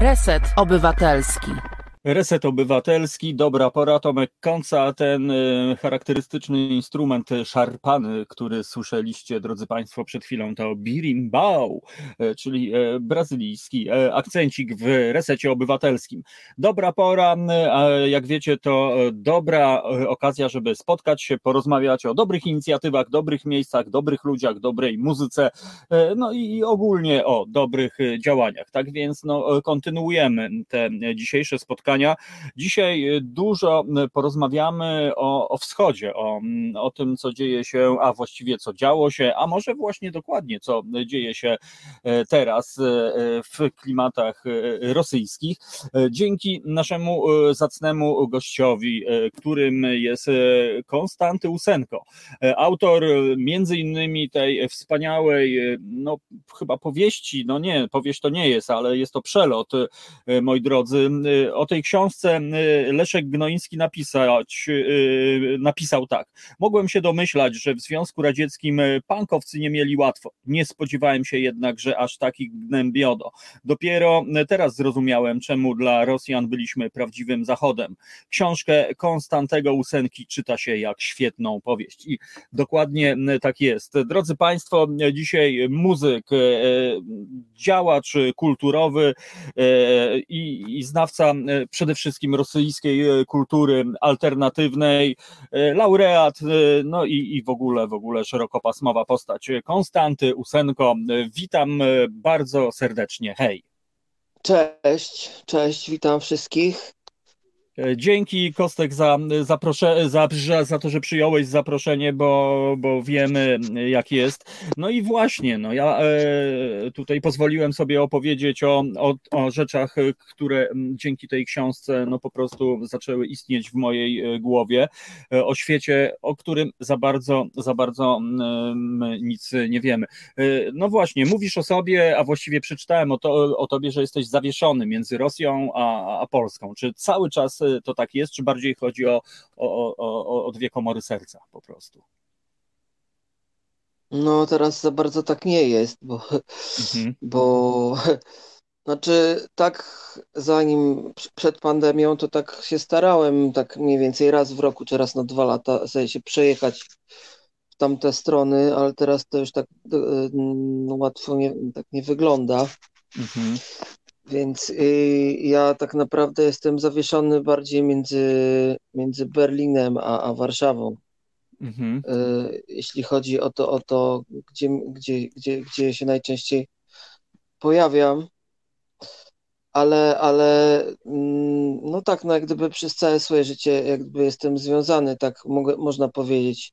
Reset Obywatelski. Reset Obywatelski, dobra pora, Tomek Końca, ten charakterystyczny instrument szarpany, który słyszeliście, drodzy Państwo, przed chwilą, to birimbau, czyli brazylijski akcencik w Resecie Obywatelskim. Dobra pora, jak wiecie, to dobra okazja, żeby spotkać się, porozmawiać o dobrych inicjatywach, dobrych miejscach, dobrych ludziach, dobrej muzyce, no i ogólnie o dobrych działaniach. Tak więc kontynuujemy te dzisiejsze spotkania. Dzisiaj dużo porozmawiamy o wschodzie, o tym, co dzieje się, a właściwie co działo się, a może właśnie dokładnie, co dzieje się teraz w klimatach rosyjskich. Dzięki naszemu zacnemu gościowi, którym jest Konstanty Usenko, autor między innymi tej wspaniałej, chyba powieści, powieść to nie jest, ale jest to przelot, moi drodzy, o tej książce Leszek Gnoiński napisał tak. Mogłem się domyślać, że w Związku Radzieckim pankowcy nie mieli łatwo. Nie spodziewałem się jednak, że aż taki gnębiodo. Dopiero teraz zrozumiałem, czemu dla Rosjan byliśmy prawdziwym Zachodem. Książkę Konstantego Usenki czyta się jak świetną powieść. I dokładnie tak jest. Drodzy Państwo, dzisiaj muzyk, działacz kulturowy i znawca przede wszystkim rosyjskiej kultury alternatywnej, laureat, i w ogóle szerokopasmowa postać. Konstanty Usenko, witam bardzo serdecznie, hej. Cześć, witam wszystkich. Dzięki, Kostek, za to, że przyjąłeś zaproszenie, bo wiemy, jak jest. No i właśnie, ja tutaj pozwoliłem sobie opowiedzieć o rzeczach, które dzięki tej książce po prostu zaczęły istnieć w mojej głowie, o świecie, o którym za bardzo nic nie wiemy. No właśnie, mówisz o sobie, a właściwie przeczytałem o tobie, że jesteś zawieszony między Rosją a Polską. Czy cały czas to tak jest, czy bardziej chodzi o dwie komory serca po prostu? No teraz za bardzo tak nie jest, bo znaczy tak zanim przed pandemią to tak się starałem tak mniej więcej raz w roku, czy raz na 2 lata sobie się przejechać w tamte strony, ale teraz to już tak łatwo nie wygląda. Więc ja tak naprawdę jestem zawieszony bardziej między Berlinem a Warszawą. Jeśli chodzi o to gdzie się najczęściej pojawiam. Ale tak, jak gdyby przez całe swoje życie jak gdyby jestem związany, tak można powiedzieć.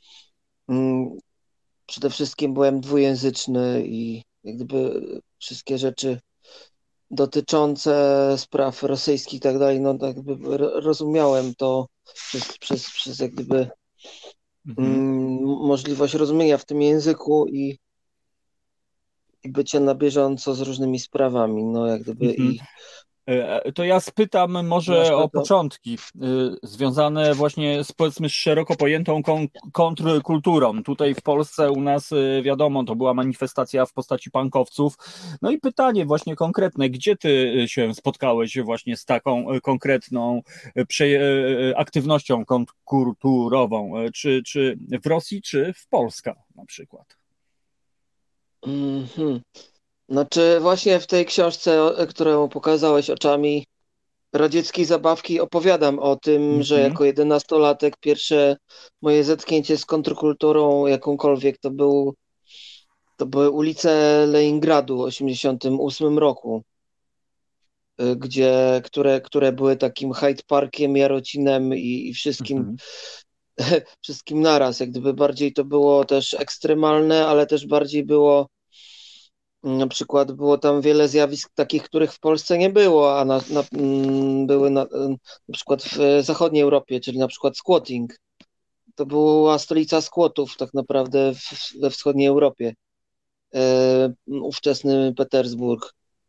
Przede wszystkim byłem dwujęzyczny i jak gdyby wszystkie rzeczy dotyczące spraw rosyjskich i tak dalej, tak jakby rozumiałem to przez jak gdyby możliwość rozumienia w tym języku i bycia na bieżąco z różnymi sprawami, jak gdyby To ja spytam może o początki związane właśnie z, powiedzmy, szeroko pojętą kontrkulturą. Tutaj w Polsce u nas, wiadomo, to była manifestacja w postaci pankowców. No i pytanie właśnie konkretne, gdzie ty się spotkałeś właśnie z taką konkretną aktywnością kontrkulturową? Czy w Rosji, czy w Polsce na przykład? Znaczy właśnie w tej książce, którą pokazałeś oczami radzieckiej zabawki, opowiadam o tym, że jako 11-latek pierwsze moje zetknięcie z kontrkulturą jakąkolwiek to były ulice Leningradu w 1988 roku, które były takim Hyde Parkiem, Jarocinem i wszystkim naraz. Jak gdyby bardziej to było też ekstremalne, ale też bardziej było. Na przykład było tam wiele zjawisk takich, których w Polsce nie było, a były na przykład w zachodniej Europie, czyli na przykład squatting. To była stolica squatów tak naprawdę we wschodniej Europie. Ówczesny Petersburg.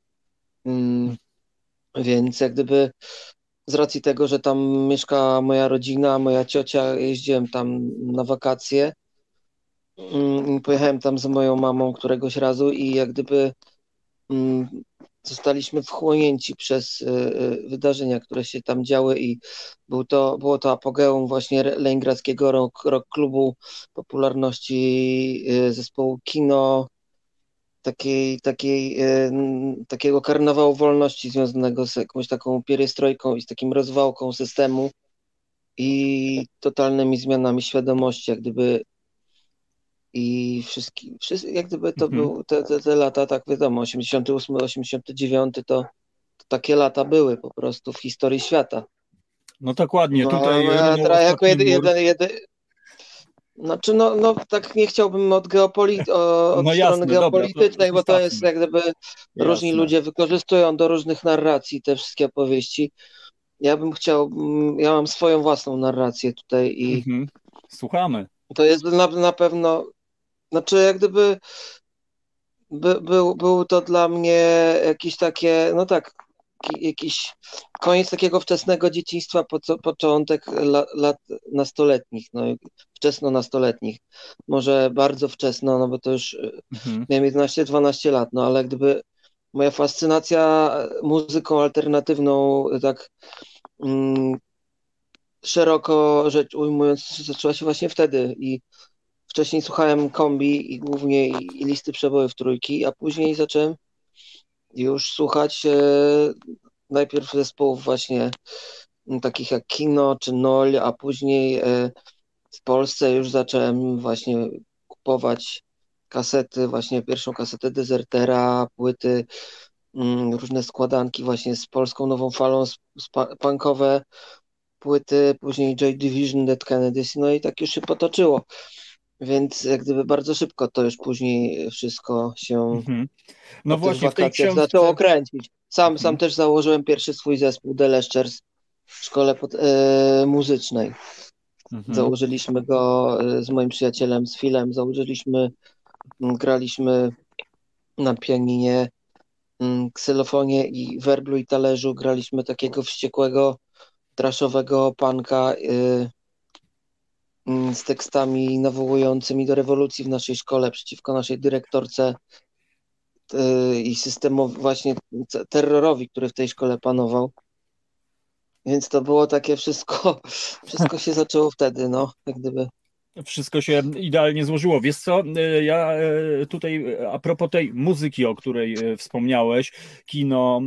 Więc jak gdyby z racji tego, że tam mieszka moja rodzina, moja ciocia, jeździłem tam na wakacje. Pojechałem tam z moją mamą któregoś razu i jak gdyby zostaliśmy wchłonięci przez wydarzenia, które się tam działy i było to apogeum właśnie leningradzkiego rock klubu, popularności zespołu Kino, takiego karnawału wolności związanego z jakąś taką pierestrojką i z takim rozwałką systemu i totalnymi zmianami świadomości, jak gdyby i jak gdyby to był te lata, tak wiadomo, 88, 89 to takie lata były po prostu w historii świata. No dokładnie, No, tutaj teraz jako znaczy, tak nie chciałbym od strony geopolitycznej, bo to jest jak gdyby różni ludzie wykorzystują do różnych narracji te wszystkie opowieści. Ja mam swoją własną narrację tutaj i słuchamy. To jest na pewno, znaczy jak gdyby był to dla mnie jakieś takie, jakiś koniec takiego wczesnego dzieciństwa, początek lat nastoletnich, wczesno nastoletnich, może bardzo wczesno, bo to już miałem 11-12 lat, ale gdyby moja fascynacja muzyką alternatywną, tak szeroko rzecz ujmując, zaczęła się właśnie wtedy i wcześniej słuchałem kombi i głównie i listy przebojów trójki, a później zacząłem już słuchać najpierw zespołów właśnie takich jak Kino czy Nol, a później w Polsce już zacząłem właśnie kupować kasety, właśnie pierwszą kasetę Dezertera, płyty, różne składanki właśnie z polską nową falą, punkowe płyty, później Joy Division, Dead Kennedys, i tak już się potoczyło. Więc jak gdyby bardzo szybko to już później wszystko się no właśnie w wakacjach w tej książce zaczęło kręcić. Sam też założyłem pierwszy swój zespół The Leszczers w szkole muzycznej. Założyliśmy go z moim przyjacielem, z Filem, graliśmy na pianinie, ksylofonie i werblu i talerzu, graliśmy takiego wściekłego, trashowego punka z tekstami nawołującymi do rewolucji w naszej szkole przeciwko naszej dyrektorce i systemowi, właśnie terrorowi, który w tej szkole panował. Więc to było takie wszystko się zaczęło wtedy, jak gdyby. Wszystko się idealnie złożyło. Wiesz co, ja tutaj a propos tej muzyki, o której wspomniałeś, Kino,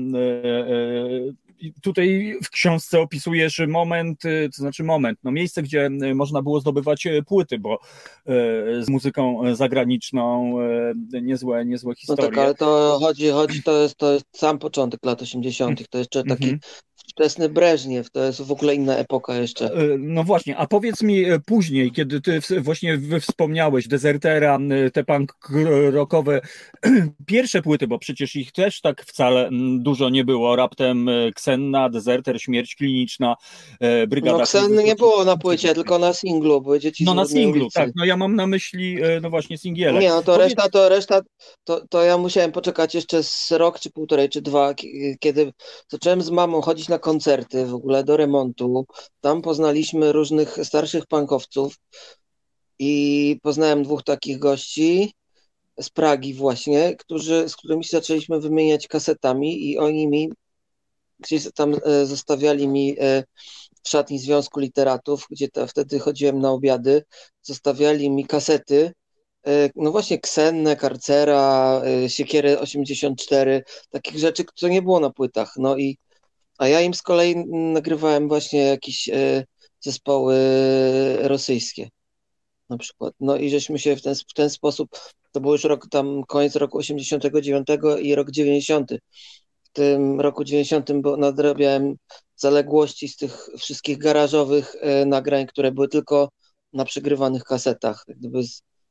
tutaj w książce opisujesz miejsce, gdzie można było zdobywać płyty, bo z muzyką zagraniczną niezłe historie. No tak, ale to to jest sam początek lat 80. To jeszcze taki wczesny Breżniew, to jest w ogóle inna epoka jeszcze. No właśnie, a powiedz mi później, kiedy ty właśnie wspomniałeś Dezertera, te punk rockowe pierwsze płyty, bo przecież ich też tak wcale dużo nie było, raptem Ksenna, Dezerter, Śmierć kliniczna, Brygada... Ksenny nie było na płycie, tylko na singlu, były Dzieci z na singlu, ulicy. tak, ja mam na myśli właśnie singiele. Nie, reszta, to ja musiałem poczekać jeszcze z rok, czy półtorej, czy dwa, kiedy zacząłem z mamą chodzić na koncerty w ogóle do remontu. Tam poznaliśmy różnych starszych punkowców i poznałem dwóch takich gości z Pragi właśnie, z którymi się zaczęliśmy wymieniać kasetami i oni gdzieś tam zostawiali mi w szatni Związku Literatów, gdzie wtedy chodziłem na obiady, zostawiali mi kasety, no właśnie Ksennę, Karcera, Siekierę 84, takich rzeczy, co nie było na płytach. A ja im z kolei nagrywałem właśnie jakieś zespoły rosyjskie na przykład. I żeśmy się w ten sposób, to był już koniec roku 89 i rok 90. W tym roku 90 nadrabiałem zaległości z tych wszystkich garażowych nagrań, które były tylko na przegrywanych kasetach. Gdyby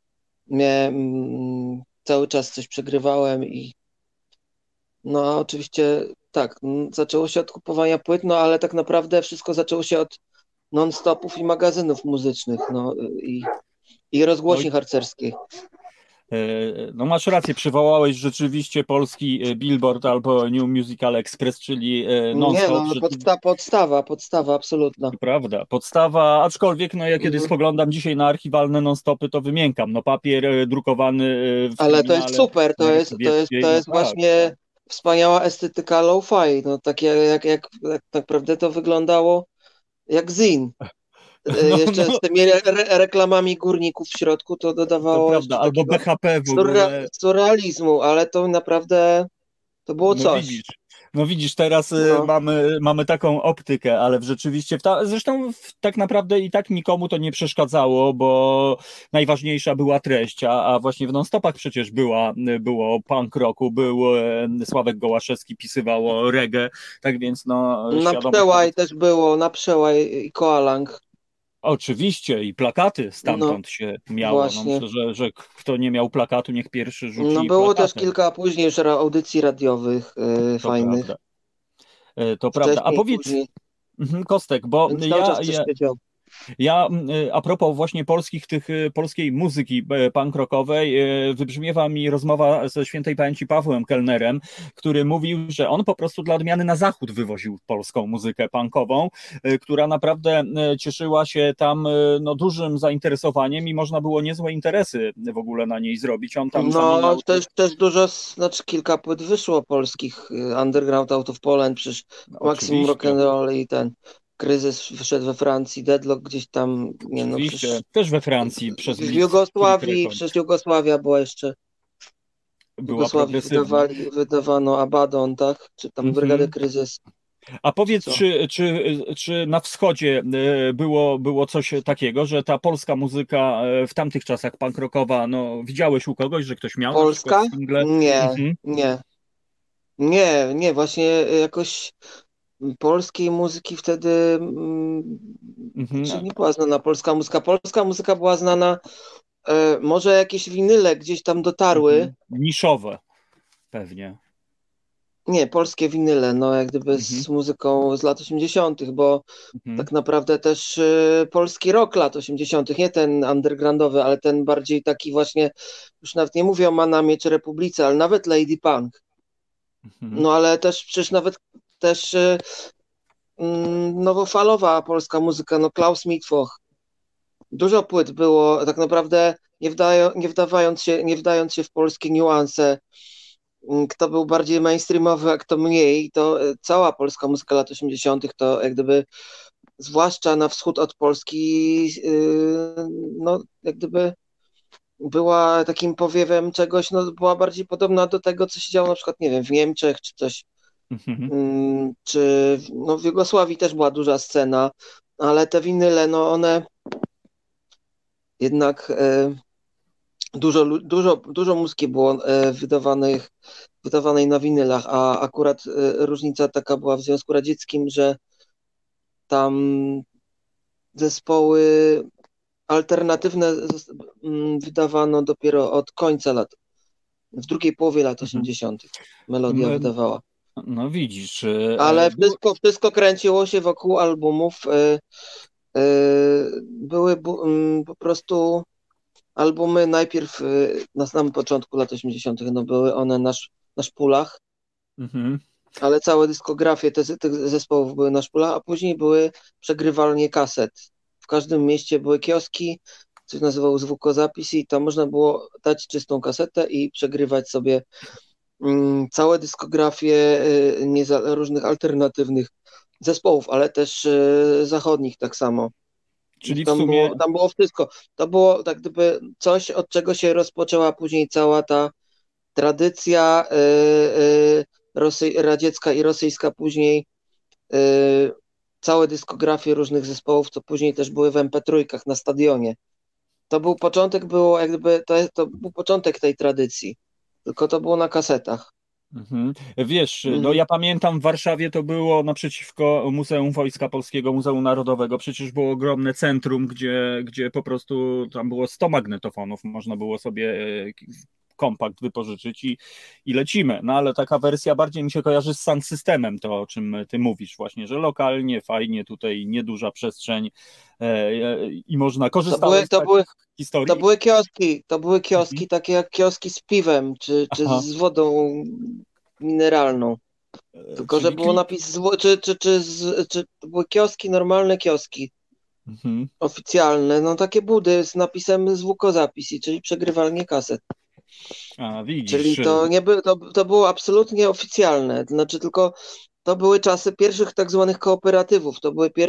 cały czas coś przegrywałem i oczywiście tak, zaczęło się od kupowania płyt, ale tak naprawdę wszystko zaczęło się od non-stopów i magazynów muzycznych i rozgłośni harcerskiej. No masz rację, przywołałeś rzeczywiście polski Billboard albo New Musical Express, czyli non-stop. Podstawa absolutna. Prawda, podstawa, aczkolwiek ja kiedy spoglądam dzisiaj na archiwalne non-stopy, to wymiękam, papier drukowany w ale to jest super, to jest właśnie wspaniała estetyka lo-fi, no takie jak naprawdę to wyglądało jak zin. No, Jeszcze z no, tymi reklamami górników w środku to to dodawało prawda, jeszcze albo takiego BHP w ogóle. surrealizmu, ale to naprawdę to było No coś. widzisz, no widzisz, teraz No. mamy taką optykę, ale rzeczywiście, zresztą tak naprawdę i tak nikomu to nie przeszkadzało, bo najważniejsza była treść, a właśnie w non-stopach przecież było punk rocku, Sławek Gołaszewski pisywało reggae, tak więc no Na świadomość tego, przełaj też było, na przełaj i Koalang. oczywiście i plakaty No stamtąd się miało, no właśnie. myślę, że kto nie miał plakatu, niech pierwszy No rzuci było też plakatem, kilka później już audycji radiowych to fajnych. prawda. To prawda. A Wcześniej, powiedz, później, Kostek, bo więc cały czas coś się działo. a propos właśnie polskiej muzyki punk rockowej, wybrzmiewa mi rozmowa ze świętej pamięci Pawłem Kellnerem, który mówił, że on po prostu dla odmiany na zachód wywoził polską muzykę punkową, która naprawdę cieszyła się tam no, dużym zainteresowaniem i można było niezłe interesy w ogóle na niej zrobić. On tam No, zamieniał. też dużo, znaczy kilka płyt wyszło polskich, Underground Out of Poland, przecież Maximum Oczywiście, Rock'n'Roll i ten Kryzys wyszedł we Francji, Deadlock gdzieś tam, nie no, oczywiście. przecież Też we Francji przez w Blitzkrieg Jugosławii, Records przecież Jugosławia była jeszcze, w była Jugosławii progresywna. wydawano Abaddon, tak? Czy tam Brygadę Mhm. Kryzys, A czy powiedz, co? czy na wschodzie było coś takiego, że ta polska muzyka w tamtych czasach punk rockowa, no widziałeś u kogoś, że ktoś miał na przykład Polska? single? Nie, Mhm, nie, nie, właśnie jakoś polskiej muzyki wtedy czy mhm, nie była znana polska muzyka. Polska muzyka była znana, może jakieś winyle gdzieś tam dotarły. mhm. Niszowe pewnie. Nie, polskie winyle, no jak gdyby Mhm, z muzyką z lat 80., bo mhm, tak naprawdę też polski rock lat 80., nie ten undergroundowy, ale ten bardziej taki właśnie, już nawet nie mówię o Manamie czy Republice, ale nawet Lady Punk. mhm, No ale też przecież nawet też nowofalowa polska muzyka, no Klaus Mitwoch. Dużo płyt było, tak naprawdę nie wdając się w polskie niuanse, kto był bardziej mainstreamowy, a kto mniej, to cała polska muzyka lat 80. to jak gdyby, zwłaszcza na wschód od Polski, no jak gdyby była takim powiewem czegoś, no była bardziej podobna do tego, co się działo na przykład, nie wiem, w Niemczech, czy coś, mhm. czy no w Jugosławii też była duża scena, ale te winyle, no one jednak dużo muzyki było wydawanej na winylach, a akurat różnica taka była w Związku Radzieckim, że tam zespoły alternatywne wydawano dopiero od końca lat, w drugiej połowie lat Mhm. 80. Melodia M- wydawała. No widzisz, Ale wszystko kręciło się wokół albumów. Były po prostu albumy najpierw na samym początku lat 80., no były one na szpulach, mhm, ale całe dyskografie tych zespołów były na szpulach, a później były przegrywalnie kaset. W każdym mieście były kioski, coś nazywało zwukozapis i tam można było dać czystą kasetę i przegrywać sobie całe dyskografie różnych alternatywnych zespołów, ale też zachodnich tak samo. czyli w sumie. Tam było wszystko. To było tak gdyby coś, od czego się rozpoczęła później cała ta tradycja radziecka i rosyjska później, całe dyskografie różnych zespołów, co później też były w MP3 na stadionie. To był początek, było jak gdyby, to był początek tej tradycji, tylko to było na kasetach. Mhm. Wiesz, no Mhm. ja pamiętam w Warszawie to było naprzeciwko Muzeum Wojska Polskiego, Muzeum Narodowego. Przecież było ogromne centrum, gdzie po prostu tam było 100 magnetofonów. Można było sobie kompakt wypożyczyć i lecimy. No ale taka wersja bardziej mi się kojarzy z sound systemem, to o czym ty mówisz właśnie, że lokalnie, fajnie, tutaj nieduża przestrzeń i można korzystać z takich historii. To były Mhm. kioski takie jak kioski z piwem, czy Aha. z wodą mineralną. Tylko, że Czyli było klip. napis, czy to były kioski, normalne kioski, Mhm. oficjalne, no takie budy z napisem zwukozapis, czyli przegrywalnie kaset. A widzisz, Czyli to nie by, to było absolutnie oficjalne. To znaczy tylko to były czasy pierwszych tak zwanych kooperatywów. To były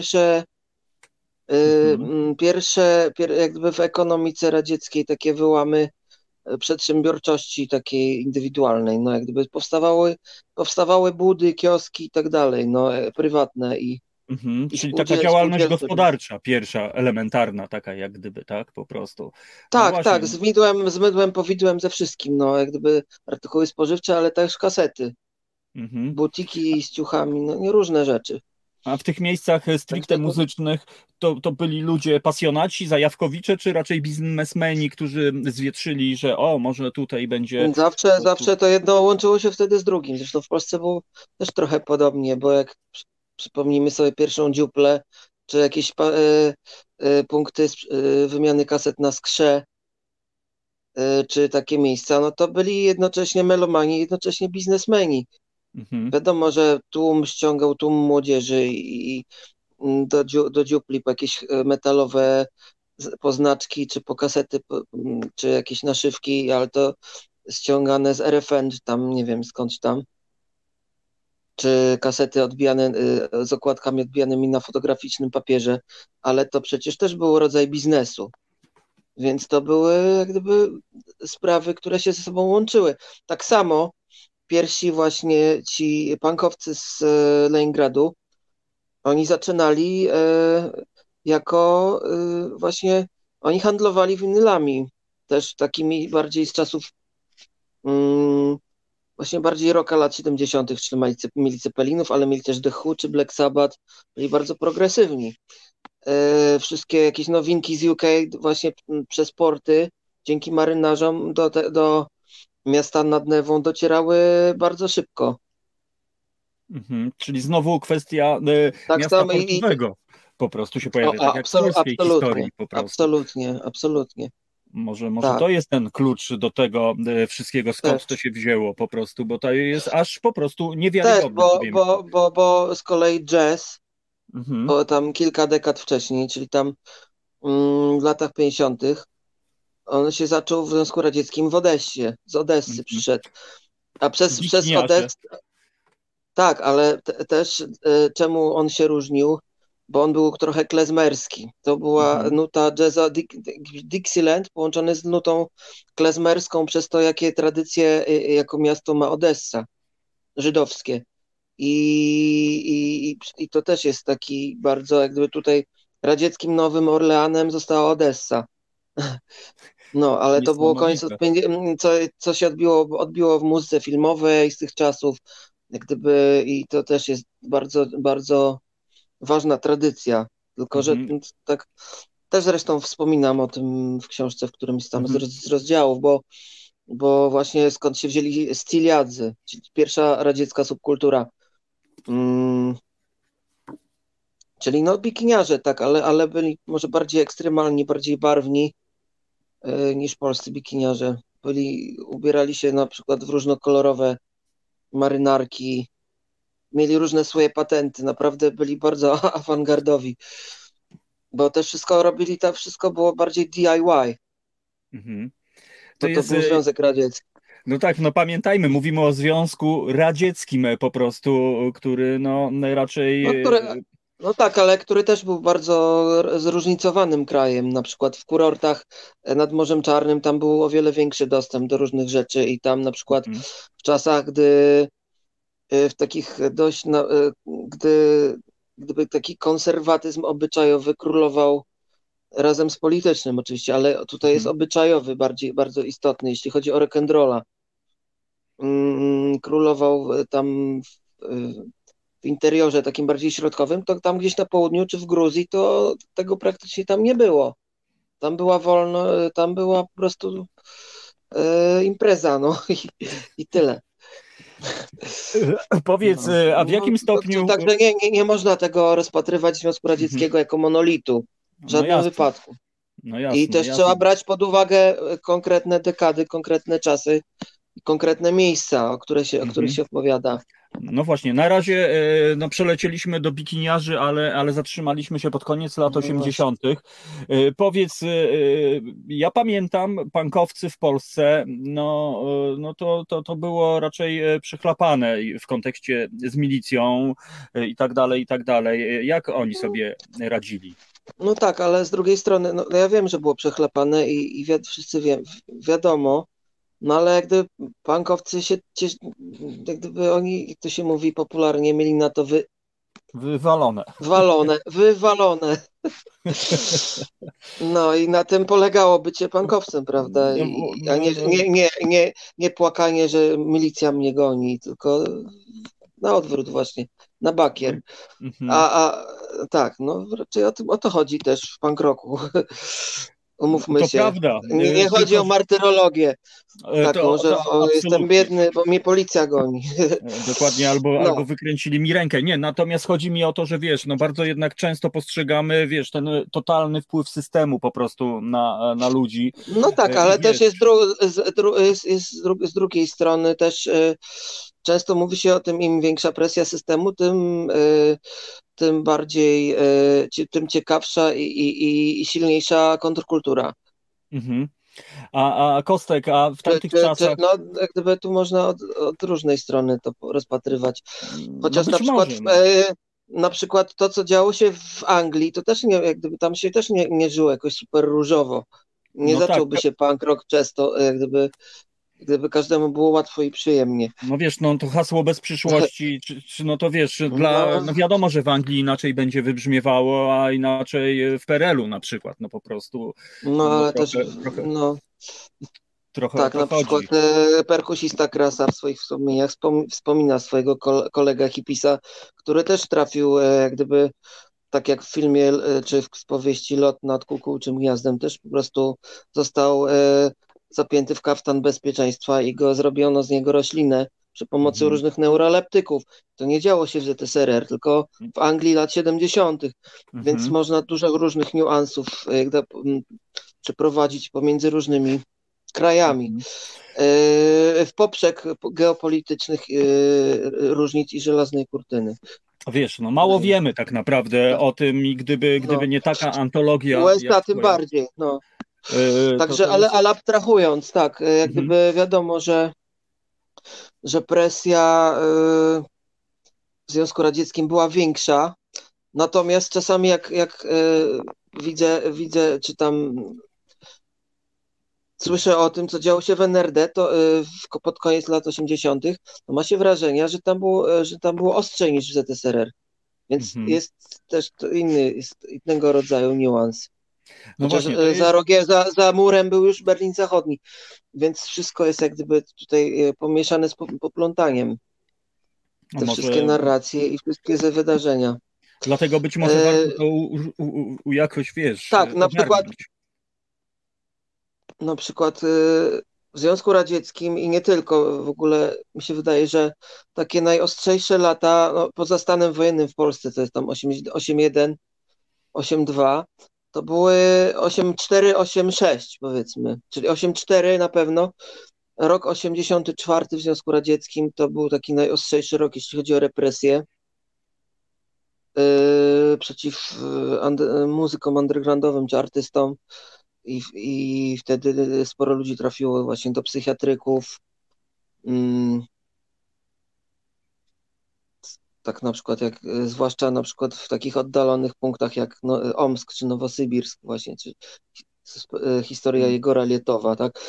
jakby w ekonomice radzieckiej takie wyłamy przedsiębiorczości takiej indywidualnej. No jak gdyby powstawały budy, kioski i tak dalej, no prywatne i czyli taka działalność spółdzielcze. gospodarcza, pierwsza, elementarna, taka jak gdyby, tak, po prostu. No Tak, właśnie. tak, z mydłem, powidłem, ze wszystkim, no jak gdyby artykuły spożywcze, ale też kasety, Mhm. butiki z ciuchami, no nie różne rzeczy. A w tych miejscach stricte Także muzycznych to byli ludzie pasjonaci, zajawkowicze, czy raczej biznesmeni, którzy zwietrzyli, że o, może tutaj będzie... zawsze to jedno łączyło się wtedy z drugim. Zresztą w Polsce było też trochę podobnie, bo jak przypomnijmy sobie pierwszą dziuplę, czy jakieś punkty wymiany kaset na skrze, czy takie miejsca, no to byli jednocześnie melomani, jednocześnie biznesmeni. Mhm. Wiadomo, że tłum ściągał tłum młodzieży i do dziupli po jakieś metalowe poznaczki, czy po kasety, czy jakieś naszywki, ale to ściągane z RFN, czy tam, nie wiem skądś tam, czy kasety odbijane z okładkami odbijanymi na fotograficznym papierze, ale to przecież też był rodzaj biznesu. Więc to były jak gdyby sprawy, które się ze sobą łączyły. Tak samo pierwsi właśnie ci punkowcy z Leningradu, oni zaczynali jako właśnie, oni handlowali winylami, też takimi bardziej z czasów właśnie bardziej rocka lat 70., czyli mieli Ceppelinów, ale mieli też The Who czy Black Sabbath, byli bardzo progresywni. Wszystkie jakieś nowinki z UK właśnie przez porty, dzięki marynarzom do miasta nad Newą docierały bardzo szybko. Czyli znowu kwestia Tak miasta samo portowego po prostu się pojawia, tak jak w polskiej historii po prostu. absolutnie. Może Tak, to jest ten klucz do tego wszystkiego, skąd to też. się wzięło po prostu, bo to jest aż po prostu Też, niewiarygodne, powiem ci. bo z kolei jazz, Mhm. bo tam kilka dekad wcześniej, czyli tam w latach 50., on się zaczął w Związku Radzieckim w Odessie, z Odessy Mhm. przyszedł. A przez Bikiniarze. Odessę, tak, ale też czemu on się różnił? Bo on był trochę klezmerski. To była Mhm. nuta jazza Dixieland połączony z nutą klezmerską przez to, jakie tradycje jako miasto ma Odessa, żydowskie. I to też jest taki bardzo, jak gdyby tutaj radzieckim Nowym Orleanem została Odessa. No, ale to było koniec Niesamowite. co się odbiło w muzyce filmowej z tych czasów, jak gdyby, i to też jest bardzo, bardzo ważna tradycja. Tylko, że Mhm. tak też zresztą wspominam o tym w książce, w którymś tam Mhm. z rozdziałów, bo właśnie skąd się wzięli styliadzy, czyli pierwsza radziecka subkultura. Czyli no bikiniarze, tak, ale byli może bardziej ekstremalni, bardziej barwni niż polscy bikiniarze. Ubierali się na przykład w różnokolorowe marynarki, mieli różne swoje patenty, naprawdę byli bardzo awangardowi, bo też wszystko robili, to wszystko było bardziej DIY, Mhm. To bo to jest, był Związek Radziecki. no tak, no pamiętajmy, mówimy o Związku Radzieckim po prostu, który no raczej... No tak, ale który też był bardzo zróżnicowanym krajem. Na przykład w kurortach nad Morzem Czarnym tam był o wiele większy dostęp do różnych rzeczy i tam na przykład Mhm. w czasach, w takich dość, gdyby taki konserwatyzm obyczajowy królował razem z politycznym oczywiście, ale tutaj jest Mhm. obyczajowy bardziej, bardzo istotny, jeśli chodzi o rock'n'rolla. Królował tam w interiorze takim bardziej środkowym, to tam gdzieś na południu czy w Gruzji to tego praktycznie tam nie było. Tam była tam była po prostu impreza, no i tyle. Powiedz, No. a w jakim stopniu... Także nie można tego rozpatrywać Związku Mhm. Radzieckiego jako monolitu. W No żadnym jasne, wypadku. no I jasne, też trzeba jasne. brać pod uwagę konkretne dekady, konkretne czasy, konkretne miejsca, o których Mhm. się opowiada. No właśnie, na razie no, przelecieliśmy do bikiniarzy, ale zatrzymaliśmy się pod koniec lat No właśnie. 80. Powiedz, ja pamiętam, punkowcy w Polsce, no to było raczej przechlapane w kontekście z milicją i tak dalej, i tak dalej. Jak oni sobie radzili? No tak, ale z drugiej strony, no ja wiem, że było przechlapane wszyscy wiadomo, no ale jak gdyby punkowcy jak gdyby oni, jak to się mówi popularnie, mieli na to Wywalone. wywalone. No i na tym polegało bycie punkowcem, prawda? A nie płakanie, że milicja mnie goni, tylko na odwrót właśnie, na bakier. Mhm. Tak, no raczej o to chodzi też w punk rocku. Umówmy To się. prawda. Nie chodzi o martyrologię taką, że jestem biedny, bo mnie policja goni. Dokładnie, albo wykręcili mi rękę. Nie, natomiast chodzi mi o to, że wiesz, no bardzo jednak często postrzegamy, wiesz, ten totalny wpływ systemu po prostu na ludzi. No tak, ale też jest z drugiej strony też często mówi się o tym, im większa presja systemu, tym bardziej, tym ciekawsza i silniejsza kontrkultura. Mhm. A Kostek, a w tamtych czasach... No, jak gdyby tu można od różnej strony to rozpatrywać. Chociaż no na przykład, może, na przykład to, co działo się w Anglii, to też jak gdyby tam się też nie żyło jakoś super różowo. Nie zacząłby się punk rock często, jak gdyby każdemu było łatwo i przyjemnie. No wiesz, no to hasło bez przyszłości, czy no to wiesz, no wiadomo, że w Anglii inaczej będzie wybrzmiewało, a inaczej w PRL-u na przykład, no po prostu. No ale trochę tak, na chodzi. przykład perkusista Krasa w swoich wspomnieniach wspomina swojego kolegę hipisa, który też trafił jak gdyby, tak jak w filmie czy w powieści Lot nad kukułczym gniazdem, też po prostu został zapięty w kaftan bezpieczeństwa i zrobiono z niego roślinę przy pomocy różnych neuroleptyków. To nie działo się w ZSRR, tylko w Anglii lat 70., więc można dużo różnych niuansów przeprowadzić pomiędzy różnymi krajami. W poprzek geopolitycznych różnic i żelaznej kurtyny. Wiesz, no mało wiemy tak naprawdę o tym i gdyby nie taka antologia... USA tym bardziej, no. Także, ale abstrahując, tak, jak gdyby wiadomo, że presja w Związku Radzieckim była większa, natomiast czasami jak widzę, czy tam słyszę o tym, co działo się w NRD, to pod koniec lat 80., to ma się wrażenie, że tam było ostrzej niż w ZSRR. Więc jest też to innego rodzaju niuans. No właśnie, za murem był już Berlin Zachodni, więc wszystko jest jak gdyby tutaj pomieszane z poplątaniem. Te wszystkie narracje i wszystkie ze wydarzenia. Dlatego być może warto to jakoś, wiesz, tak, na przykład w Związku Radzieckim i nie tylko, w ogóle mi się wydaje, że takie najostrzejsze lata, no, poza stanem wojennym w Polsce, to jest tam 8.1, 8.2, to były 8.4, 8.6 powiedzmy, czyli 8.4 na pewno. Rok 84 w Związku Radzieckim to był taki najostrzejszy rok, jeśli chodzi o represję przeciw muzykom undergroundowym czy artystom. I wtedy sporo ludzi trafiło właśnie do psychiatryków. Tak na przykład zwłaszcza na przykład w takich oddalonych punktach jak Omsk czy Nowosybirsk właśnie, czy historia Jegora Lietowa, tak?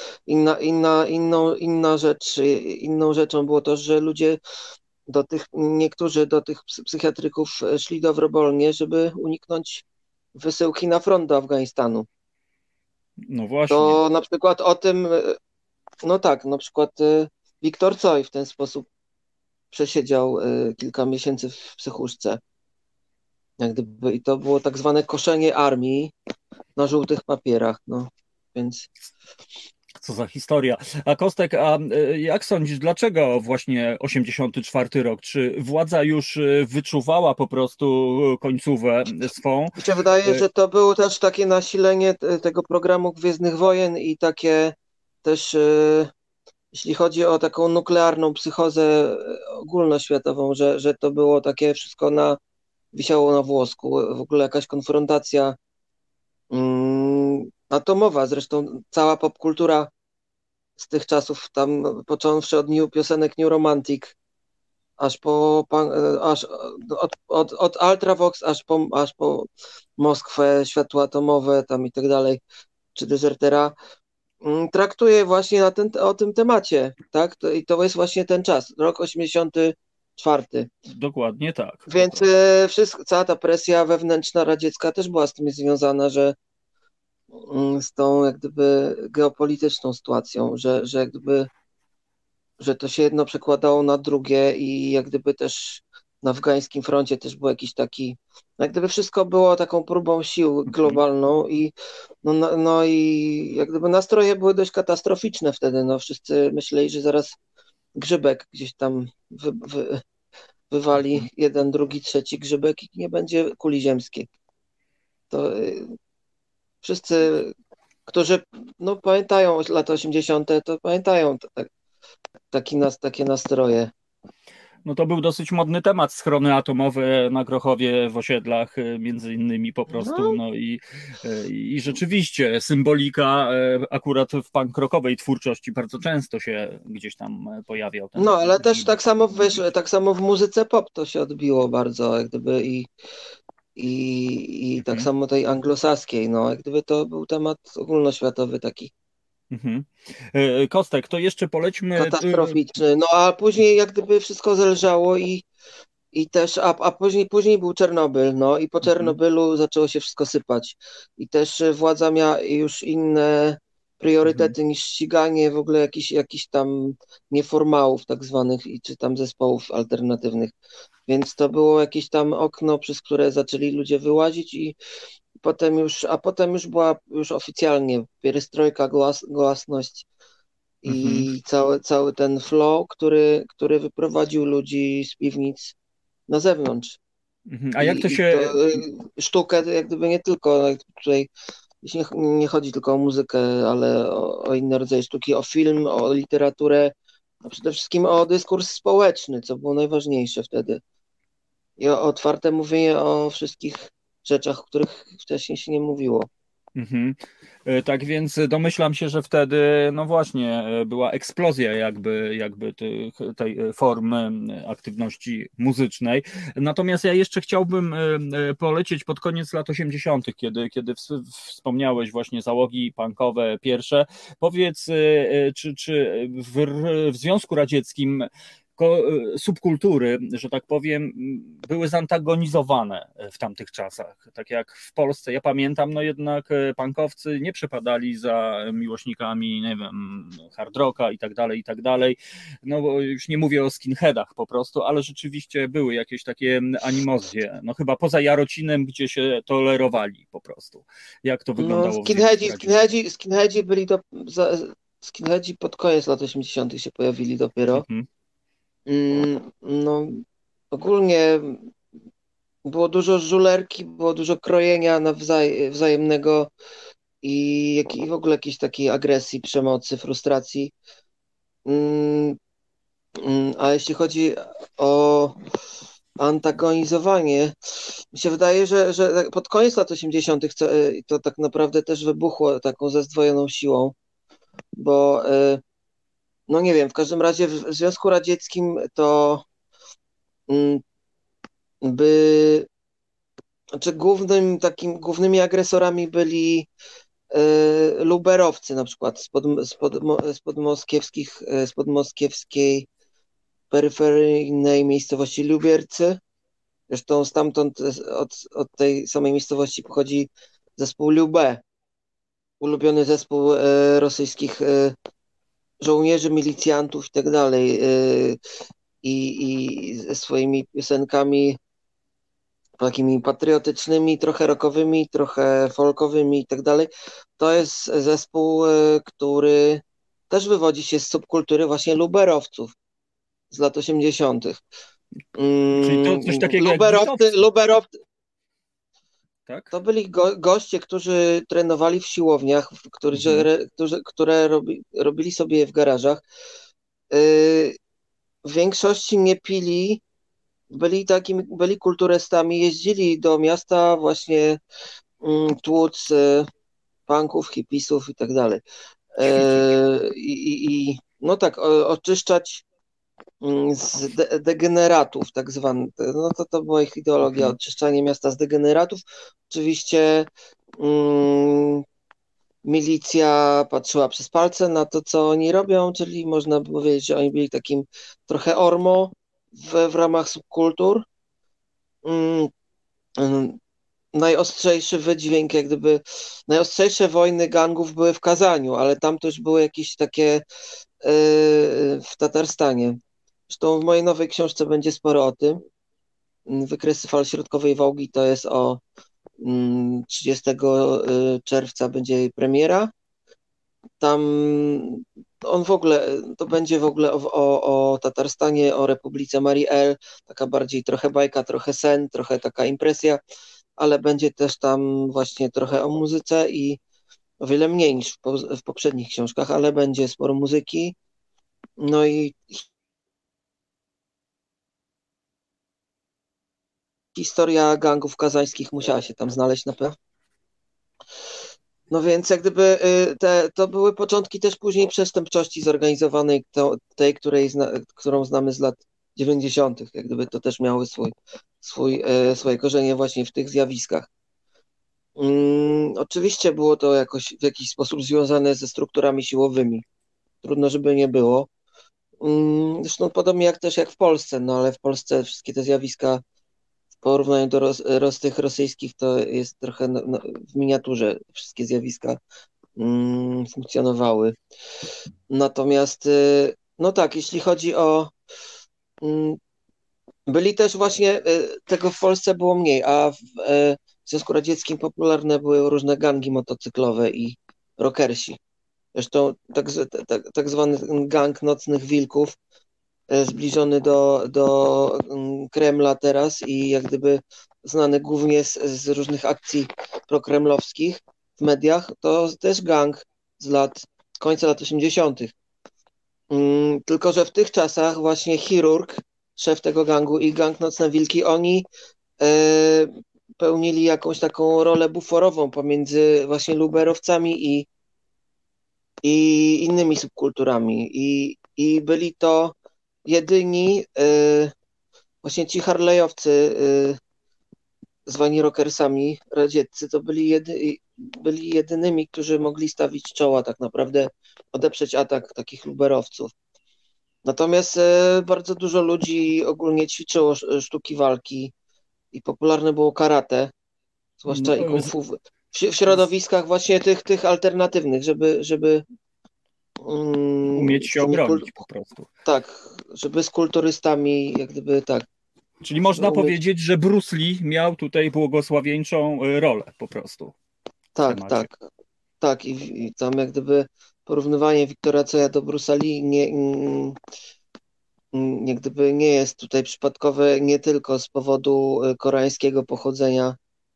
Inną rzeczą było to, że ludzie niektórzy do tych psychiatryków szli dobrowolnie, żeby uniknąć wysyłki na front do Afganistanu. No właśnie. To na przykład o tym, no tak, na przykład Wiktor Coj w ten sposób przesiedział kilka miesięcy w psychuszce. Jak gdyby, i to było tak zwane koszenie armii na żółtych papierach, no, więc... Co za historia. A Kostek, a jak sądzisz, dlaczego właśnie 84 rok? Czy władza już wyczuwała po prostu końcówę swą? Mi się wydaje, że to było też takie nasilenie tego programu Gwiezdnych Wojen i takie też, jeśli chodzi o taką nuklearną psychozę ogólnoświatową, że to było takie wszystko wisiało na włosku. W ogóle jakaś konfrontacja atomowa. Zresztą cała popkultura z tych czasów, tam począwszy od piosenek New Romantic, aż od Ultravox, aż po Moskwę, Światło Atomowe tam i tak dalej, czy Desertera, traktuje właśnie o tym temacie, tak? I to jest właśnie ten czas, rok 84. Dokładnie tak. Więc cała ta presja wewnętrzna radziecka też była z tym związana, że z tą jak gdyby geopolityczną sytuacją, że jak gdyby że to się jedno przekładało na drugie i jak gdyby też na afgańskim froncie też był jakiś taki, jak gdyby wszystko było taką próbą sił globalną i no i jak gdyby nastroje były dość katastroficzne wtedy, no wszyscy myśleli, że zaraz grzybek gdzieś tam wywali jeden, drugi, trzeci grzybek i nie będzie kuli ziemskiej. To wszyscy, którzy pamiętają lata 80., to pamiętają takie nastroje. No to był dosyć modny temat, schrony atomowe na Grochowie w osiedlach między innymi po prostu, no i rzeczywiście symbolika akurat w punk rockowej twórczości bardzo często się gdzieś tam pojawiał. No, ale też tak samo, tak samo w muzyce pop to się odbiło bardzo, jak gdyby i tak samo tej anglosaskiej, no, jak gdyby to był temat ogólnoświatowy taki. Kostek, to jeszcze polećmy... Katastroficzny, no a później jak gdyby wszystko zelżało i też, a później był Czernobyl, no i po Czernobylu zaczęło się wszystko sypać i też władza miała już inne priorytety niż ściganie w ogóle jakichś tam nieformałów tak zwanych czy tam zespołów alternatywnych, więc to było jakieś tam okno, przez które zaczęli ludzie wyłazić i potem już była oficjalnie pierestrojka, głasność i cały ten flow, który wyprowadził ludzi z piwnic na zewnątrz. A jak to się... Sztukę jak gdyby nie tylko, tutaj nie chodzi tylko o muzykę, ale o inne rodzaje sztuki, o film, o literaturę, a przede wszystkim o dyskurs społeczny, co było najważniejsze wtedy. I o otwarte mówienie o wszystkich rzeczach, o których wcześniej się nie mówiło. Tak więc domyślam się, że wtedy, no właśnie, była eksplozja jakby tej formy aktywności muzycznej. Natomiast ja jeszcze chciałbym polecieć pod koniec lat 80., kiedy wspomniałeś właśnie załogi punkowe pierwsze. Powiedz, czy w Związku Radzieckim subkultury, że tak powiem, były zantagonizowane w tamtych czasach. Tak jak w Polsce, ja pamiętam, no jednak punkowcy nie przepadali za miłośnikami, nie wiem, hard rocka i tak dalej. No bo już nie mówię o skinheadach po prostu, ale rzeczywiście były jakieś takie animozje, no chyba poza Jarocinem, gdzie się tolerowali po prostu. Jak to wyglądało? Skinheadzi byli skinheadzi pod koniec lat 80. się pojawili dopiero. No, ogólnie było dużo żulerki, było dużo krojenia wzajemnego i w ogóle jakiejś takiej agresji, przemocy, frustracji. A jeśli chodzi o antagonizowanie, mi się wydaje, że pod koniec lat 80. to tak naprawdę też wybuchło taką ze zdwojoną siłą, bo no nie wiem, w każdym razie w Związku Radzieckim to znaczy głównymi agresorami byli luberowcy na przykład z podmoskiewskiej peryferyjnej miejscowości Lubiercy. Zresztą stamtąd od tej samej miejscowości pochodzi zespół Lubę, ulubiony zespół rosyjskich żołnierzy, milicjantów i tak dalej, i ze swoimi piosenkami takimi patriotycznymi, trochę rockowymi, trochę folkowymi i tak dalej. To jest zespół, który też wywodzi się z subkultury właśnie luberowców z lat 80. Czyli to coś takiego luberowcy. Tak? To byli goście, którzy trenowali w siłowniach, które robili sobie w garażach. w większości nie pili, byli kulturystami, jeździli do miasta właśnie tłuc punków, hipisów i tak dalej. No tak, oczyszczać z degeneratów, tak zwanych. No to była ich ideologia, oczyszczanie miasta z degeneratów. Oczywiście milicja patrzyła przez palce na to, co oni robią, czyli można by powiedzieć, że oni byli takim trochę ormo w ramach subkultur. Najostrzejszy wydźwięk, jak gdyby najostrzejsze wojny gangów były w Kazaniu, ale tam też były jakieś takie w Tatarstanie. Zresztą w mojej nowej książce będzie sporo o tym. Wykresy fal środkowej Wołgi to jest o 30 czerwca będzie jej premiera. Tam on w ogóle, to będzie w ogóle o Tatarstanie, o Republice Marii El, taka bardziej trochę bajka, trochę sen, trochę taka impresja, ale będzie też tam właśnie trochę o muzyce i o wiele mniej niż w poprzednich książkach, ale będzie sporo muzyki. No i historia gangów kazańskich musiała się tam znaleźć na pewno. No więc jak gdyby to były początki też później przestępczości zorganizowanej, tej, którą znamy z lat 90. Jak gdyby to też miały swoje korzenie właśnie w tych zjawiskach. Oczywiście było to w jakiś sposób związane ze strukturami siłowymi. Trudno, żeby nie było. Zresztą podobnie jak w Polsce, no ale w Polsce wszystkie te zjawiska w porównaniu do tych rosyjskich to jest trochę w miniaturze wszystkie zjawiska funkcjonowały. Natomiast no tak, jeśli chodzi o byli też właśnie, tego w Polsce było mniej, a w Związku Radzieckim popularne były różne gangi motocyklowe i rockersi. Zresztą tak zwany gang nocnych wilków, zbliżony do Kremla teraz i jak gdyby znany głównie z różnych akcji prokremlowskich w mediach, to też gang z końca lat 80. Tylko że w tych czasach właśnie chirurg, szef tego gangu i gang Nocne Wilki, oni pełnili jakąś taką rolę buforową pomiędzy właśnie luberowcami i innymi subkulturami. I byli to jedyni właśnie ci harlejowcy zwani rockersami radzieccy, to byli jedynymi, którzy mogli stawić czoła tak naprawdę, odeprzeć atak takich luberowców. Natomiast bardzo dużo ludzi ogólnie ćwiczyło sztuki walki i popularne było karate, zwłaszcza i kung fu w środowiskach właśnie tych alternatywnych, żeby umieć się obronić po prostu. Tak, żeby z kulturystami jak gdyby tak. Czyli można powiedzieć, że Bruce Lee miał tutaj błogosławieńczą rolę po prostu. Tak. I tam jak gdyby porównywanie Wiktora Tsoja do Bruce'a Lee jak gdyby nie jest tutaj przypadkowe nie tylko z powodu koreańskiego pochodzenia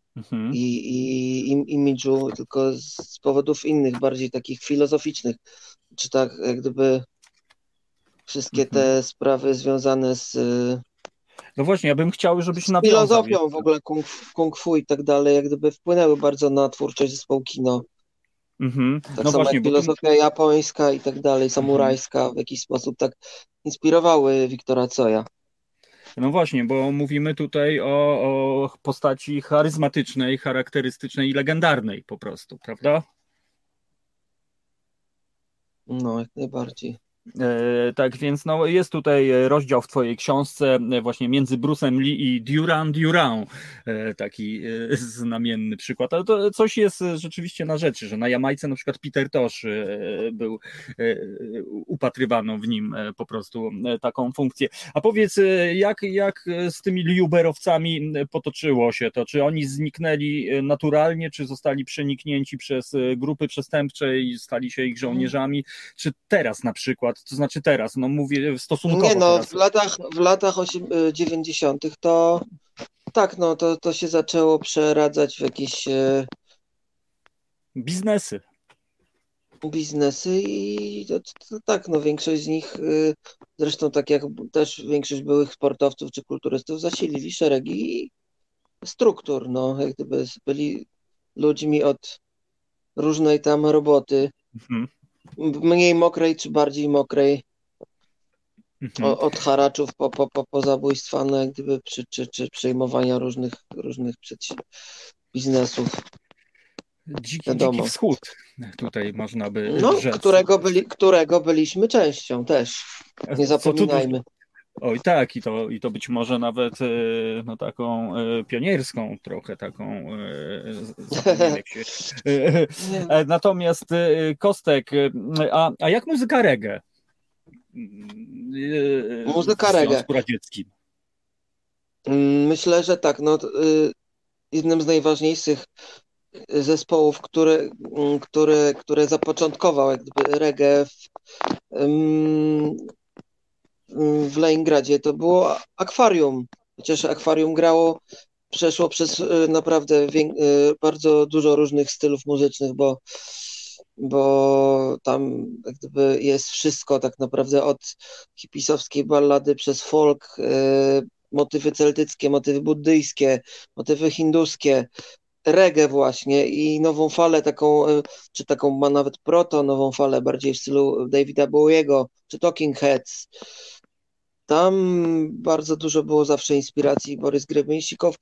i imidżu, tylko z powodów innych, bardziej takich filozoficznych. Czy tak jak gdyby wszystkie te sprawy związane z no właśnie, ja bym chciał, żebyś nawiązał. Filozofią w ogóle kung fu i tak dalej, jak gdyby wpłynęły bardzo na twórczość zespołu kino. Tak no samo właśnie, jak filozofia japońska i tak dalej, samurajska w jakiś sposób tak inspirowały Wiktora Tsoja. No właśnie, bo mówimy tutaj o postaci charyzmatycznej, charakterystycznej i legendarnej po prostu, prawda? No, jak najbardziej. Tak więc no, jest tutaj rozdział w twojej książce właśnie między Bruce'em Lee i Duran Duran, taki znamienny przykład, ale to coś jest rzeczywiście na rzeczy, że na Jamajce na przykład Peter Tosh był, upatrywano w nim po prostu taką funkcję. A powiedz, jak z tymi liuberowcami potoczyło się to? Czy oni zniknęli naturalnie, czy zostali przeniknięci przez grupy przestępcze i stali się ich żołnierzami? Czy teraz na przykład, to znaczy teraz, no mówię stosunkowo nie, no, teraz. w latach 90. to tak, no to się zaczęło przeradzać w jakieś biznesy. biznesy i to tak, no większość z nich, zresztą tak jak też większość byłych sportowców czy kulturystów, zasilili szeregi struktur, no jak gdyby byli ludźmi od różnej tam roboty, Mhm. mniej mokrej czy bardziej mokrej, Mhm. od haraczów po zabójstwa, no jak gdyby czy przejmowania różnych biznesów, Dziki wiadomo. wschód, tutaj można by No, rzec. którego byliśmy częścią też, nie Co tu dużo. zapominajmy. Oj tak, i to być może nawet no, taką pionierską trochę taką, zapomniałem jak się... Nie. Natomiast Kostek, a jak muzyka reggae w Muzyka reggae. Związku Radzieckim? Myślę, że tak, no, jednym z najważniejszych zespołów, które zapoczątkował jak gdyby reggae w Leningradzie, to było Akwarium. Chociaż Akwarium przeszło przez naprawdę bardzo dużo różnych stylów muzycznych, bo tam jak gdyby jest wszystko tak naprawdę od hipisowskiej ballady przez folk, motywy celtyckie, motywy buddyjskie, motywy hinduskie, reggae właśnie i nową falę taką, czy taką ma nawet nową falę bardziej w stylu Davida Bowiego, czy Talking Heads. Tam bardzo dużo było zawsze inspiracji. Borys Grebeńsikow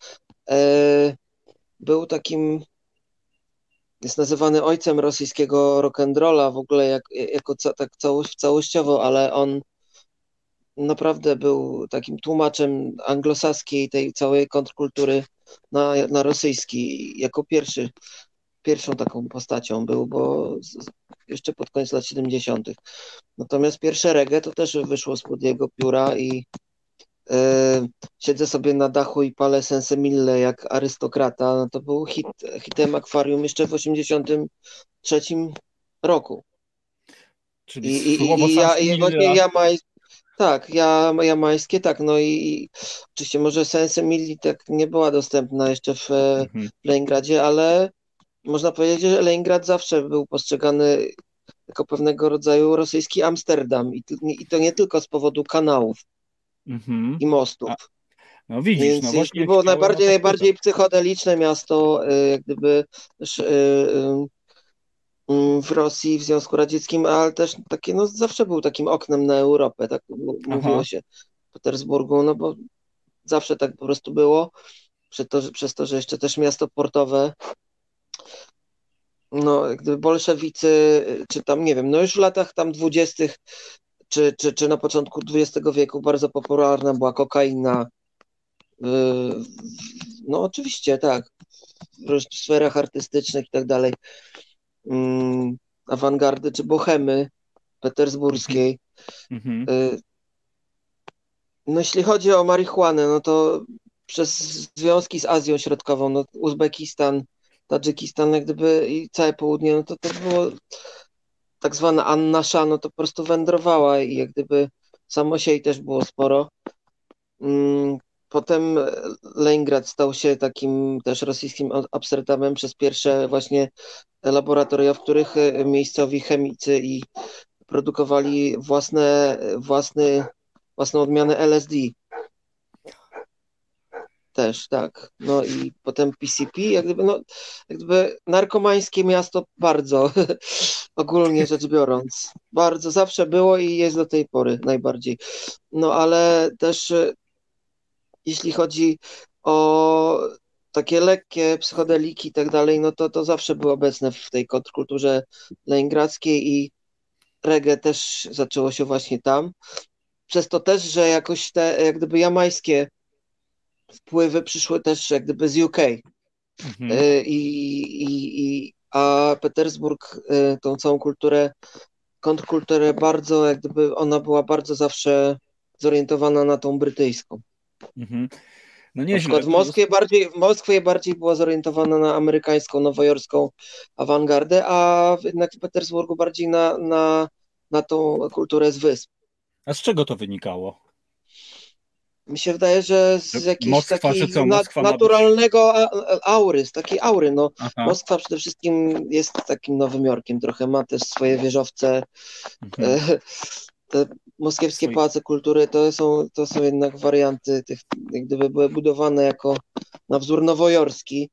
był takim, jest nazywany ojcem rosyjskiego rock'n'rolla w ogóle jako tak całościowo, ale on naprawdę był takim tłumaczem anglosaskiej tej całej kontrkultury na rosyjski. Jako pierwszą taką postacią był, bo jeszcze pod koniec lat 70. Natomiast pierwsze reggae to też wyszło spod jego pióra i siedzę sobie na dachu i palę sensemille jak arystokrata. No to był hitem Akwarium jeszcze w 83 roku. Czyli słowo I właśnie Sansemilla. tak, jamańskie, tak, no i oczywiście może Sensemilli tak nie była dostępna jeszcze w Leningradzie, ale można powiedzieć, że Leningrad zawsze był postrzegany jako pewnego rodzaju rosyjski Amsterdam i to nie tylko z powodu kanałów i mostów. No widzisz, no Więc właśnie było chciałem o to pytać. najbardziej psychodeliczne miasto, jak gdyby w Rosji, w Związku Radzieckim, ale też takie, no zawsze był takim oknem na Europę, tak mówiło Aha. się w Petersburgu, no bo zawsze tak po prostu było, przez to, że jeszcze też miasto portowe, no jak gdyby bolszewicy, czy tam, nie wiem, no już w latach tam 20. czy na początku XX wieku bardzo popularna była kokaina, no oczywiście, tak, w sferach artystycznych i tak dalej, awangardy czy bohemy petersburskiej. Mhm. No jeśli chodzi o marihuanę, no to przez związki z Azją Środkową, no Uzbekistan, Tadżykistan, jak gdyby i całe południe, no to było tak zwana Annasza, no to po prostu wędrowała i jak gdyby samosiej też było sporo. Potem Leningrad stał się takim też rosyjskim Amsterdamem przez pierwsze właśnie laboratoria, w których miejscowi chemicy i produkowali własną odmianę LSD. Też, tak. No i potem PCP, jak gdyby narkomańskie miasto bardzo, ogólnie rzecz biorąc. Bardzo zawsze było i jest do tej pory najbardziej. No ale też jeśli chodzi o takie lekkie psychodeliki i tak dalej, no to zawsze były obecne w tej kontrkulturze leningradzkiej i reggae też zaczęło się właśnie tam. Przez to też, że jakoś te jak gdyby jamańskie wpływy przyszły też jak gdyby z UK. A Petersburg tą całą kontrkulturę bardzo, jak gdyby ona była bardzo zawsze zorientowana na tą brytyjską. No Na przykład nieźle. w Moskwie bardziej była zorientowana na amerykańską, nowojorską awangardę, a jednak w Petersburgu bardziej na tą kulturę z wysp. A z czego to wynikało? Mi się wydaje, że z jakiejś Moskwa, takiej czy co? Moskwa ma być... naturalnego aury, z takiej aury. No, Aha. Moskwa przede wszystkim jest takim Nowym Jorkiem trochę, ma też swoje wieżowce. Mhm. Te moskiewskie Swoje- pałace kultury to są jednak warianty tych, jak gdyby były budowane jako na wzór nowojorski.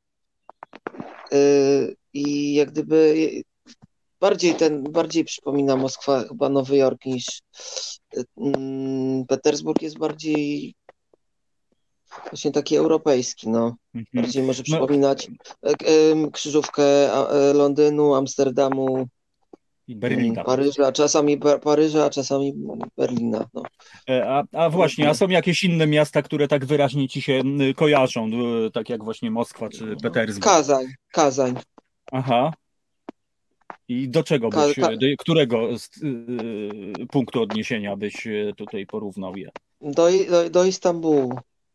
I jak gdyby bardziej przypomina Moskwa chyba Nowy Jork niż Petersburg jest bardziej właśnie taki europejski, no. Mhm. Bardziej może No, przypominać krzyżówkę Londynu, Amsterdamu, i Berlina. Paryża, a czasami Berlina. No. A właśnie, a są jakieś inne miasta, które tak wyraźnie ci się kojarzą, tak jak właśnie Moskwa czy Petersburg? Kazań. Aha. I do czego Ka- byś, ka- do którego punktu odniesienia byś tutaj porównał je? Do Istambułu.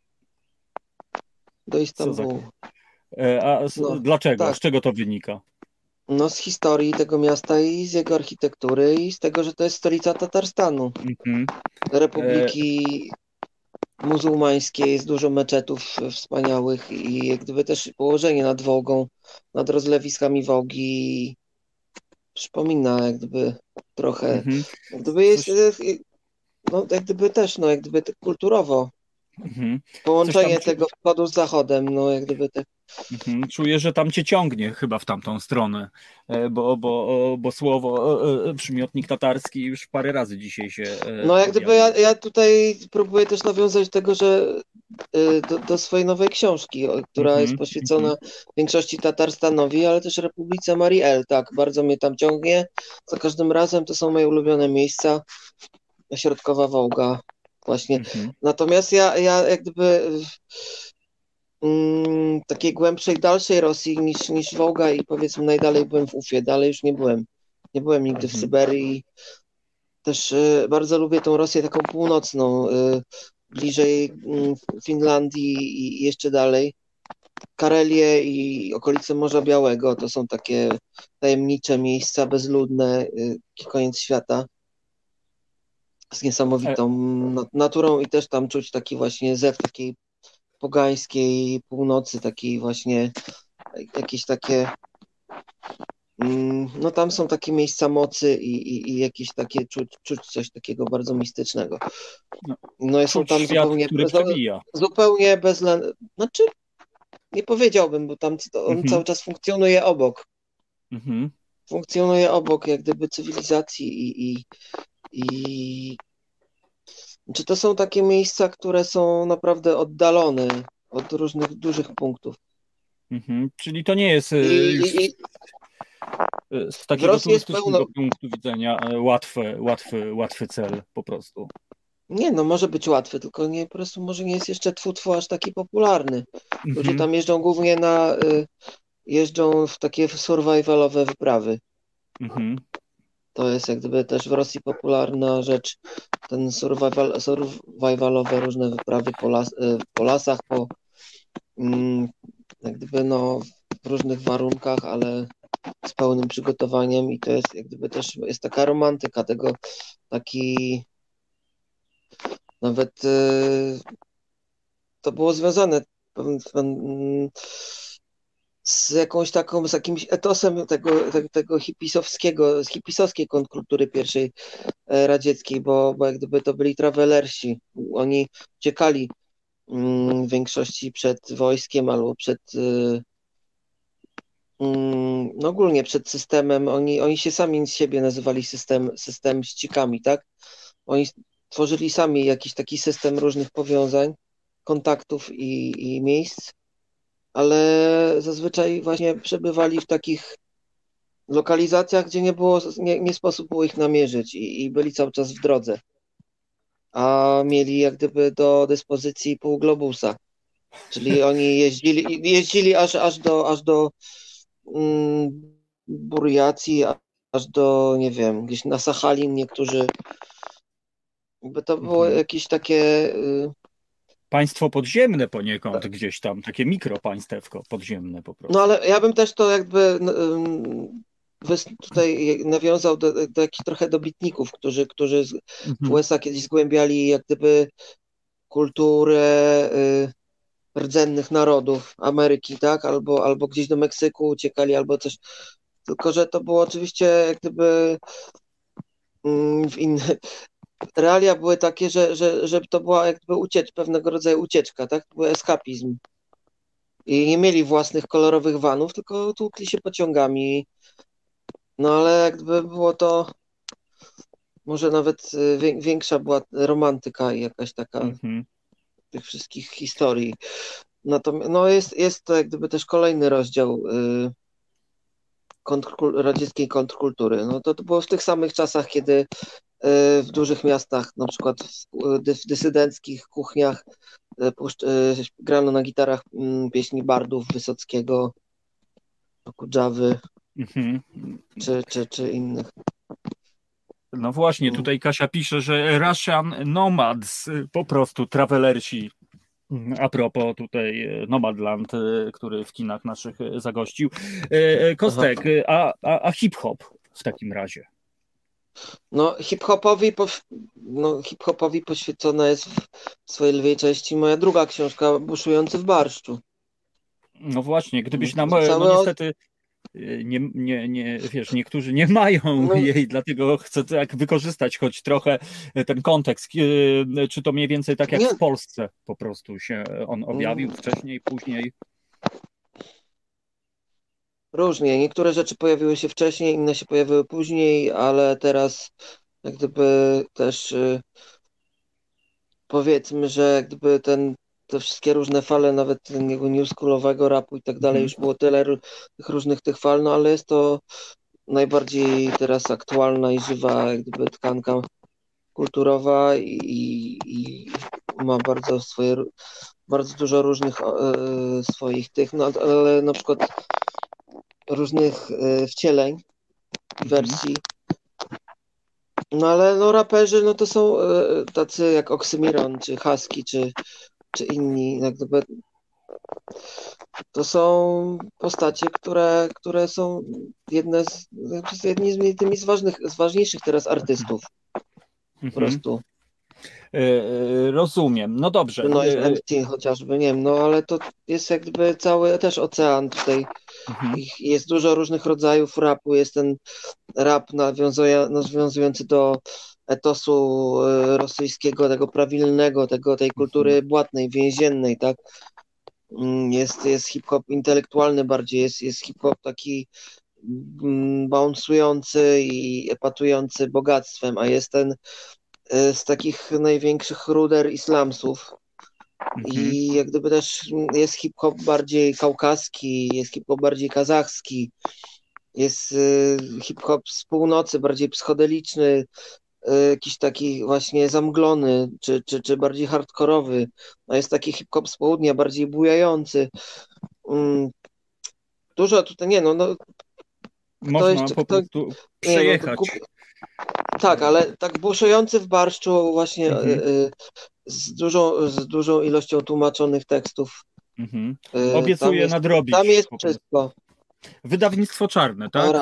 Do Co za... Istambułu. No, Dlaczego? tak. Z czego to wynika? No z historii tego miasta i z jego architektury i z tego, że to jest stolica Tatarstanu. Mhm. Republiki muzułmańskiej, jest dużo meczetów wspaniałych i jak gdyby też położenie nad Wołgą, nad rozlewiskami Wołgi przypomina jak gdyby trochę, Mhm. jak gdyby jest, Coś- no jak gdyby też, no jak gdyby pokulturowo. Mhm. Połączenie Coś tam tego wschodu z zachodem, no jak gdyby tak. Czuję, że tam cię ciągnie chyba w tamtą stronę, bo słowo, przymiotnik tatarski już parę razy dzisiaj się No jak gdyby pojawił. ja tutaj próbuję też nawiązać do tego, że do swojej nowej książki, która Mhm, jest poświęcona większości Tatarstanowi, ale też Republice Marii El, tak, bardzo mnie tam ciągnie. Za każdym razem to są moje ulubione miejsca, środkowa Wołga właśnie. Mhm. Natomiast ja jak gdyby takiej głębszej, dalszej Rosji niż Wołga i powiedzmy najdalej byłem w Ufie, dalej już nie byłem. Nie byłem nigdy w Mhm. Syberii. Też bardzo lubię tą Rosję taką północną, bliżej Finlandii i jeszcze dalej. Karelię i okolice Morza Białego to są takie tajemnicze miejsca, bezludne, koniec świata z niesamowitą naturą i też tam czuć taki właśnie zew takiej pogańskiej północy, takiej właśnie jakieś takie no tam są takie miejsca mocy i jakieś takie czuć coś takiego bardzo mistycznego. No i są Czuć tam świat, który przebija. zupełnie znaczy nie powiedziałbym, bo tam on Mhm. cały czas funkcjonuje obok. Mhm. Funkcjonuje obok jak gdyby cywilizacji i czy to są takie miejsca, które są naprawdę oddalone od różnych dużych punktów. Mhm. Czyli to nie jest już I z w takiego Rosji jest turystycznego punktu widzenia łatwy cel po prostu. Nie, no może być łatwy, tylko nie, po prostu może nie jest jeszcze tfu aż taki popularny. Ludzie Mhm. tam jeżdżą głównie jeżdżą w takie survivalowe wyprawy. Mhm. To jest jak gdyby też w Rosji popularna rzecz, ten survivalowe różne wyprawy po lasach, jak gdyby no w różnych warunkach, ale z pełnym przygotowaniem i to jest jak gdyby też jest taka romantyka tego, taki nawet to było związane z jakąś taką, z jakimś etosem tego hipisowskiej kontrkultury pierwszej radzieckiej, bo jak gdyby to byli trawelersi. Oni uciekali w większości przed wojskiem albo no ogólnie przed systemem. Oni się sami z siebie nazywali system ścikami, tak? Oni tworzyli sami jakiś taki system różnych powiązań, kontaktów i miejsc, ale zazwyczaj właśnie przebywali w takich lokalizacjach, gdzie nie sposób było ich namierzyć i byli cały czas w drodze, a mieli jak gdyby do dyspozycji pół globusa, czyli oni jeździli aż do Burjacji, aż do, nie wiem, gdzieś na Sachalin niektórzy. Jakby to było jakieś takie Państwo podziemne poniekąd gdzieś tam, takie mikropaństewko podziemne po prostu. no ale ja bym też to jakby tutaj nawiązał do jakichś trochę dobitników, którzy w USA kiedyś zgłębiali jak gdyby kulturę rdzennych narodów Ameryki, tak? Albo gdzieś do Meksyku uciekali, albo coś. Tylko że to było oczywiście jak gdyby w inne. Realia były takie, że to była jak gdyby pewnego rodzaju ucieczka, tak? To był eskapizm. I nie mieli własnych kolorowych vanów, tylko tłukli się pociągami. No ale jak gdyby było to, może nawet większa była romantyka i jakaś taka tych wszystkich historii. Natomiast no jest to jak gdyby też kolejny rozdział radzieckiej kontrkultury. No to było w tych samych czasach, kiedy w dużych miastach, na przykład w dysydenckich kuchniach grano na gitarach pieśni bardów Wysockiego, Okudżawy czy innych. No właśnie, tutaj Kasia pisze, że Russian Nomads, po prostu travelersi. A propos tutaj Nomadland, który w kinach naszych zagościł. Kostek, a hip-hop w takim razie? No hip-hopowi poświęcona jest w swojej lwiej części moja druga książka, Buszujący w barszczu. No właśnie, gdybyś nam, no niestety nie, wiesz, niektórzy nie mają jej, dlatego chcę tak wykorzystać choć trochę ten kontekst. Czy to mniej więcej tak jak w Polsce po prostu się on objawił wcześniej, później? Różnie. Niektóre rzeczy pojawiły się wcześniej, inne się pojawiły później, ale teraz jak gdyby też powiedzmy, że jak gdyby te wszystkie różne fale, nawet tego newschoolowego rapu i tak dalej, już było tyle tych różnych tych fal, no ale jest to najbardziej teraz aktualna i żywa jak gdyby tkanka kulturowa i ma bardzo dużo różnych swoich tych, no ale na przykład różnych wcieleń, wersji. No ale no raperzy, no to są tacy jak Oksymiron, czy Husky, czy inni, jak gdyby to są postacie, które są jedni z ważniejszych teraz artystów. Po prostu. Rozumiem, no dobrze. Noise MC chociażby, nie wiem, no ale to jest jak gdyby cały też ocean tutaj. Jest dużo różnych rodzajów rapu, jest ten rap nawiązujący do etosu rosyjskiego, tego prawilnego, tej kultury błatnej, więziennej, tak? Jest hip-hop intelektualny bardziej, jest hip-hop taki bounsujący i epatujący bogactwem, a jest ten z takich największych ruder islamsów. I jak gdyby też jest hip-hop bardziej kaukaski, jest hip-hop bardziej kazachski, jest hip-hop z północy, bardziej psychodeliczny, jakiś taki właśnie zamglony, czy bardziej hardkorowy, a jest taki hip-hop z południa, bardziej bujający. Dużo tutaj, można po prostu przejechać. Tak, ale tak buszujący w barszczu właśnie z dużą ilością tłumaczonych tekstów. Obiecuję nadrobić. Tam jest wszystko. Wydawnictwo Czarne, tak?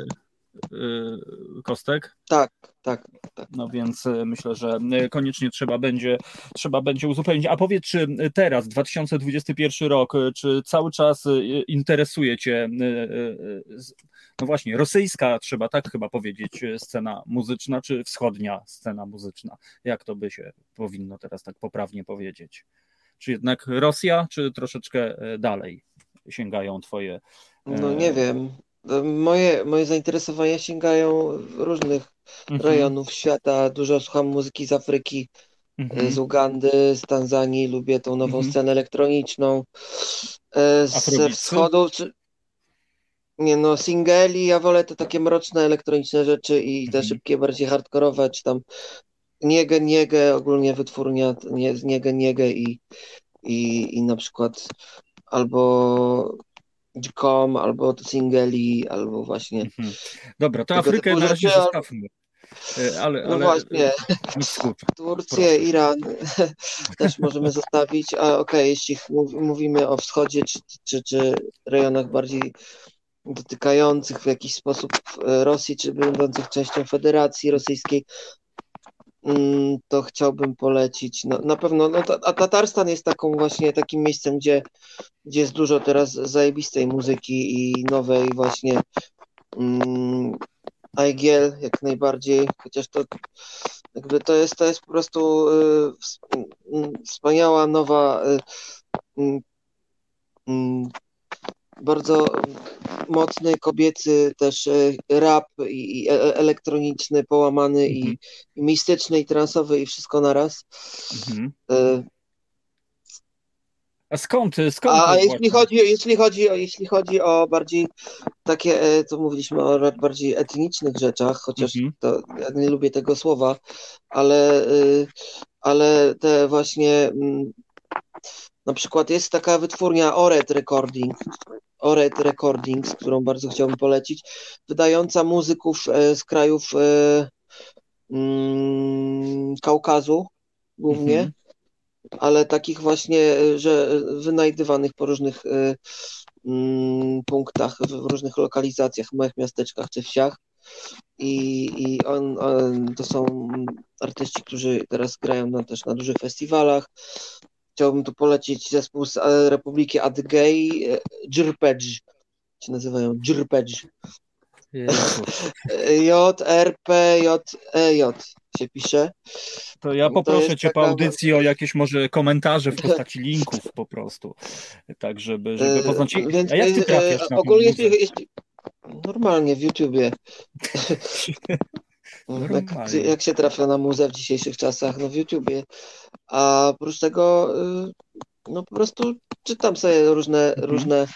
Kostek? Tak. No więc myślę, że koniecznie trzeba będzie uzupełnić. A powiedz, czy teraz, 2021 rok, czy cały czas interesuje Cię, no właśnie, rosyjska, trzeba tak chyba powiedzieć, scena muzyczna, czy wschodnia scena muzyczna? Jak to by się powinno teraz tak poprawnie powiedzieć? Czy jednak Rosja, czy troszeczkę dalej sięgają Twoje... No nie wiem. Moje zainteresowania sięgają różnych rejonów świata. Dużo słucham muzyki z Afryki, z Ugandy, z Tanzanii. Lubię tą nową scenę elektroniczną. Ze wschodu... singeli, ja wolę te takie mroczne, elektroniczne rzeczy i te szybkie, bardziej hardkorowe, czy tam Niegę, ogólnie wytwórnia Niegę i na przykład albo Gcom, albo singeli, albo właśnie... Dobra, to Afrykę na razie zostawmy. No właśnie, Turcję, Iran też możemy zostawić, a okej, jeśli mówimy o wschodzie, czy rejonach bardziej dotykających w jakiś sposób Rosji, czy będących częścią Federacji Rosyjskiej, to chciałbym polecić. No, na pewno, a Tatarstan jest takim miejscem, gdzie jest dużo teraz zajebistej muzyki i nowej właśnie. IGL jak najbardziej, chociaż to jest po prostu wspaniała, nowa, bardzo mocny kobiecy też rap i elektroniczny, połamany i mistyczny i transowy i wszystko naraz. A skąd A jeśli chodzi o bardziej takie, to mówiliśmy o bardziej etnicznych rzeczach, chociaż to ja nie lubię tego słowa, ale te właśnie na przykład jest taka wytwórnia Oret Recordings, którą bardzo chciałbym polecić, wydająca muzyków z krajów Kaukazu głównie, ale takich właśnie, że wynajdywanych po różnych punktach, w różnych lokalizacjach, małych miasteczkach czy wsiach. I to są artyści, którzy teraz grają też na dużych festiwalach. Chciałbym tu polecić zespół z Republiki Adygei, Dżirpedż się nazywają, Dżirpedż. JRPJEJ się pisze. To ja poproszę Cię po audycji o jakieś może komentarze w postaci linków po prostu, tak żeby poznać. A jak Ty trafiasz na ogólnie normalnie w YouTubie. Jak się trafia na muzę w dzisiejszych czasach? No w YouTubie. A oprócz tego no po prostu czytam sobie różne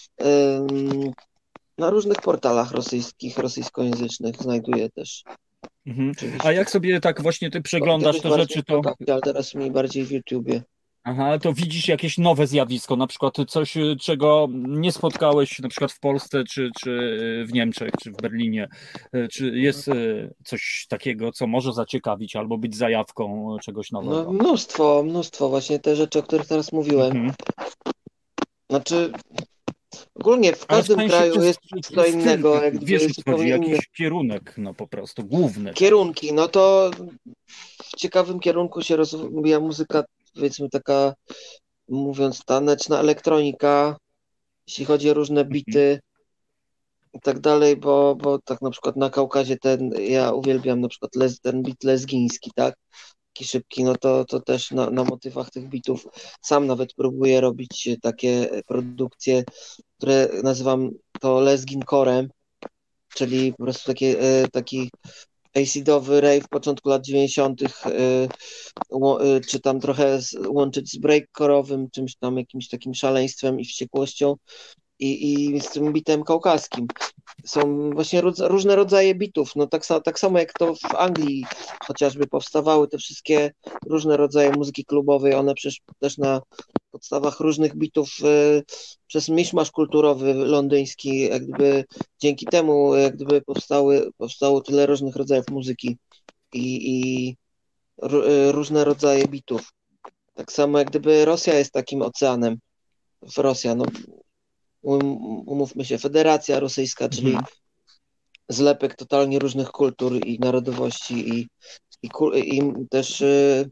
na różnych portalach rosyjskojęzycznych znajduję też. A jak sobie tak właśnie Ty przeglądasz te rzeczy, to... Ale teraz mniej bardziej w YouTubie. Aha, to widzisz jakieś nowe zjawisko, na przykład coś, czego nie spotkałeś na przykład w Polsce, czy w Niemczech, czy w Berlinie. Czy jest coś takiego, co może zaciekawić albo być zajawką czegoś nowego? No mnóstwo właśnie te rzeczy, o których teraz mówiłem. Znaczy ogólnie w każdym kraju jest co innego. Wiesz, chodzi jakiś kierunek, no po prostu, główny. Kierunki, no to w ciekawym kierunku się rozwija muzyka, powiedzmy taka, mówiąc taneczna elektronika, jeśli chodzi o różne bity i tak dalej, bo tak na przykład na Kaukazie ja uwielbiam na przykład ten bit lezgiński, tak? Taki szybki, no to też na motywach tych bitów sam nawet próbuję robić takie produkcje, które nazywam to Lezgin Corem, czyli po prostu taki acidowy rave początku lat 90., czy tam trochę łączyć z breakcore'owym, czymś tam, jakimś takim szaleństwem i wściekłością i z tym bitem kaukaskim. Są właśnie różne rodzaje bitów, no tak samo jak to w Anglii chociażby powstawały te wszystkie różne rodzaje muzyki klubowej, one przecież też na podstawach różnych bitów przez miszmasz kulturowy londyński, jak gdyby dzięki temu jak gdyby powstało tyle różnych rodzajów muzyki i różne rodzaje bitów. Tak samo jak gdyby Rosja jest takim oceanem. Rosja, no umówmy się, Federacja Rosyjska, czyli zlepek totalnie różnych kultur i narodowości i też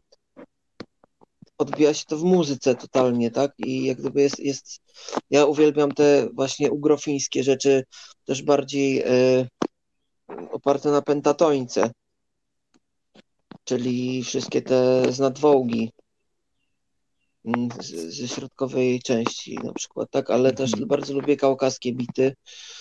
odbija się to w muzyce totalnie, tak? I jak gdyby ja uwielbiam te właśnie ugrofińskie rzeczy, też bardziej oparte na pentatońce, czyli wszystkie te z nadwołgi ze środkowej części na przykład, tak? Ale też bardzo lubię kaukaskie bity,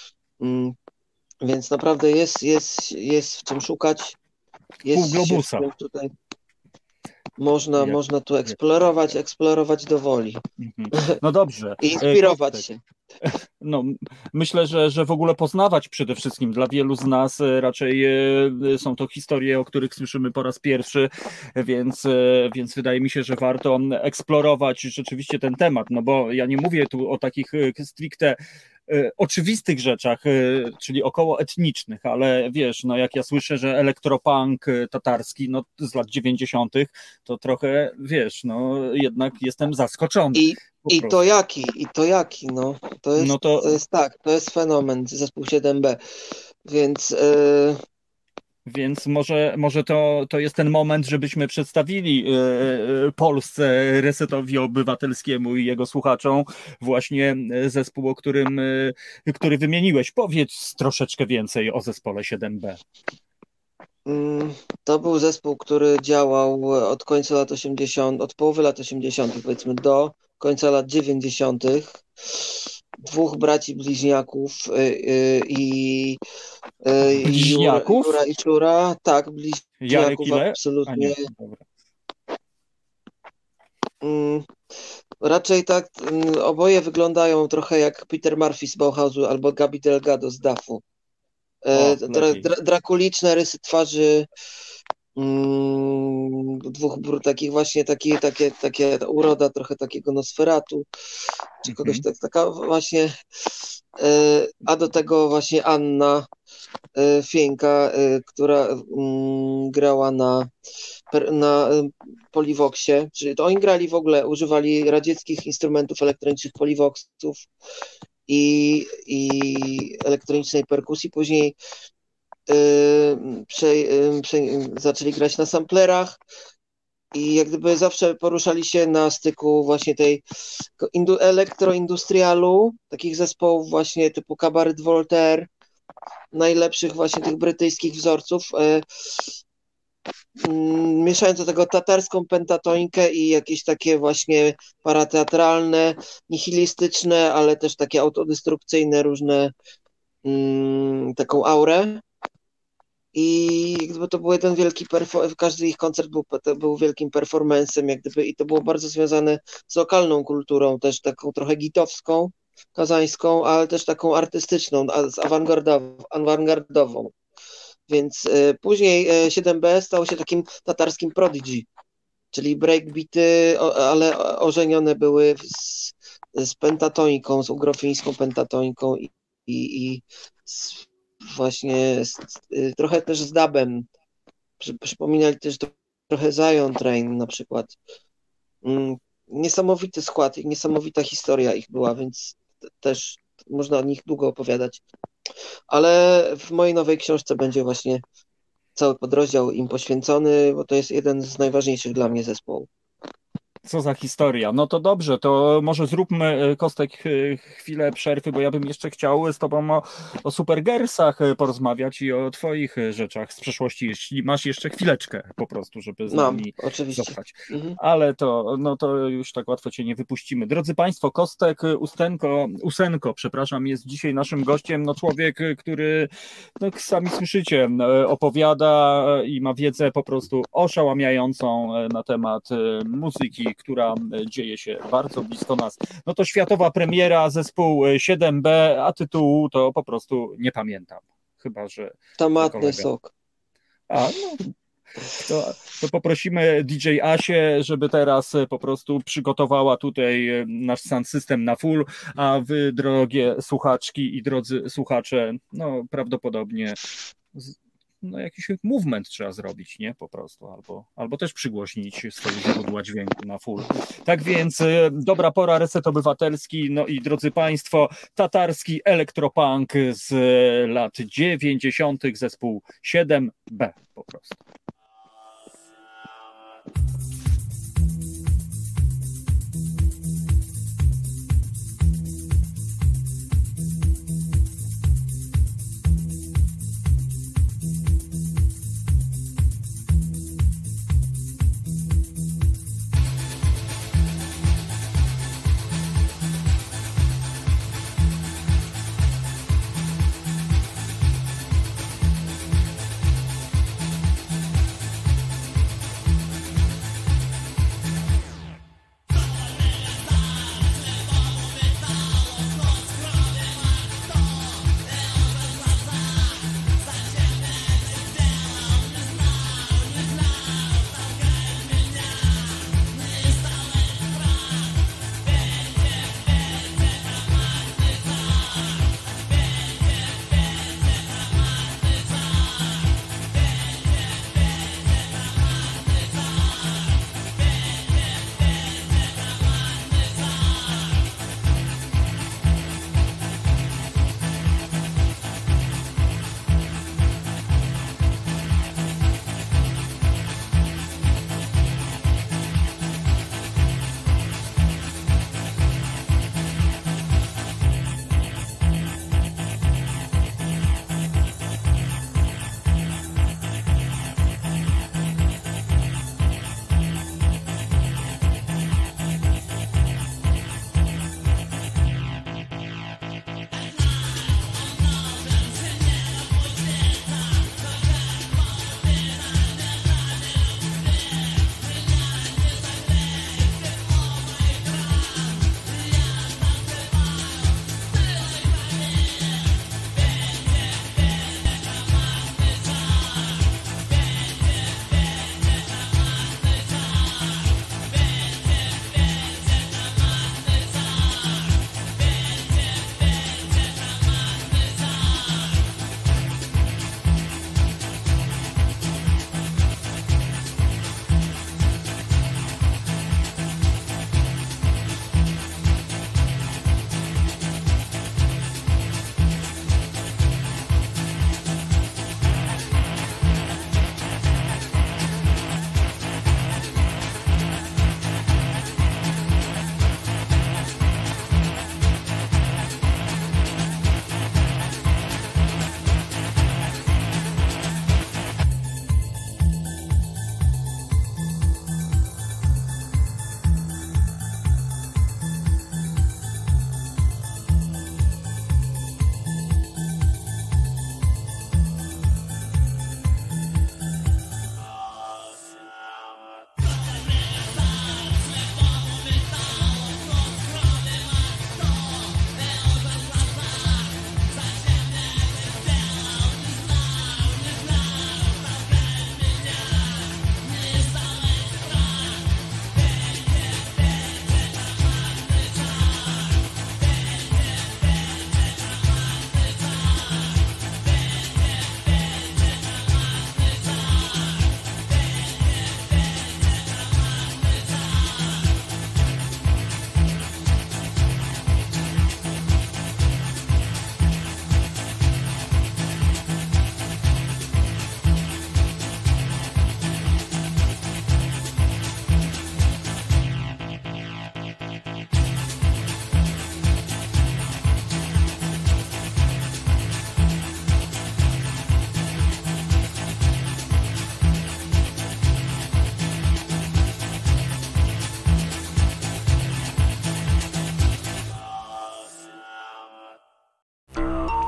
więc naprawdę jest w czym szukać, jest się w czym tutaj można tu eksplorować do woli. No dobrze. I inspirować się. No, myślę, że w ogóle poznawać przede wszystkim. Dla wielu z nas raczej są to historie, o których słyszymy po raz pierwszy, więc wydaje mi się, że warto eksplorować rzeczywiście ten temat, no bo ja nie mówię tu o takich stricte oczywistych rzeczach, czyli około etnicznych, ale wiesz, no jak ja słyszę, że elektropunk tatarski, no z lat 90., to trochę, wiesz, no jednak jestem zaskoczony. I to jaki, no. To jest fenomen, zespół 7B, więc Więc może to jest ten moment, żebyśmy przedstawili Polsce, Resetowi Obywatelskiemu i jego słuchaczom właśnie zespół, który wymieniłeś. Powiedz troszeczkę więcej o zespole 7B. To był zespół, który działał od końca lat 80., od połowy lat 80., powiedzmy, do końca lat 90. Dwóch braci bliźniaków Bliźniaków? Jura i Szura. Tak, Jarek bliźniaków, ile? absolutnie. Dobra. Raczej tak, oboje wyglądają trochę jak Peter Murphy z Bauhausu albo Gabi Delgado z Dafu. Drakuliczne rysy twarzy, dwóch takich właśnie, takie uroda trochę takiego Nosferatu, czy kogoś taka właśnie, a do tego właśnie Anna Fieńka, która grała na Polivoxie, czyli to oni grali w ogóle, używali radzieckich instrumentów elektronicznych, Polivoxów i elektronicznej perkusji. Później zaczęli grać na samplerach i jak gdyby zawsze poruszali się na styku właśnie tej elektroindustrialu, takich zespołów właśnie typu Cabaret Voltaire, najlepszych właśnie tych brytyjskich wzorców, mieszając do tego tatarską pentatonikę i jakieś takie właśnie parateatralne, nihilistyczne, ale też takie autodestrukcyjne różne, taką aurę. I jak gdyby to był jeden wielki każdy ich koncert był wielkim performancem, jak gdyby, i to było bardzo związane z lokalną kulturą, też taką trochę gitowską, kazańską, ale też taką artystyczną, awangardową. Więc później 7B stało się takim tatarskim prodigy, czyli breakbeaty, ale ożenione były z pentatoniką, z ugrofińską pentatoniką i właśnie trochę też z dubem. Przypominali też trochę Zion Train na przykład. Niesamowity skład i niesamowita historia ich była, więc też można o nich długo opowiadać. Ale w mojej nowej książce będzie właśnie cały podrozdział im poświęcony, bo to jest jeden z najważniejszych dla mnie zespołów. Co za historia. No to dobrze, to może zróbmy, Kostek, chwilę przerwy, bo ja bym jeszcze chciał z tobą o Supergirlsach porozmawiać i o twoich rzeczach z przeszłości, jeśli masz jeszcze chwileczkę po prostu, żeby z nami zostać. Ale to już tak łatwo cię nie wypuścimy. Drodzy Państwo, Kostek Usenko, jest dzisiaj naszym gościem. No człowiek, który, no sami słyszycie, opowiada i ma wiedzę po prostu oszałamiającą na temat muzyki, która dzieje się bardzo blisko nas. No to światowa premiera, zespół 7B, a tytułu to po prostu nie pamiętam. Chyba że Tomatny sok. To poprosimy DJ Asię, żeby teraz po prostu przygotowała tutaj nasz sound system na full, a wy, drogie słuchaczki i drodzy słuchacze, no prawdopodobnie jakiś movement trzeba zrobić, nie? Po prostu. Albo też przygłośnić swoje źródła dźwięku na full. Tak więc dobra pora, Reset Obywatelski. No i drodzy Państwo, tatarski elektropunk z lat 90. zespół 7B po prostu.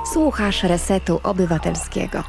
Słuchasz Resetu Obywatelskiego.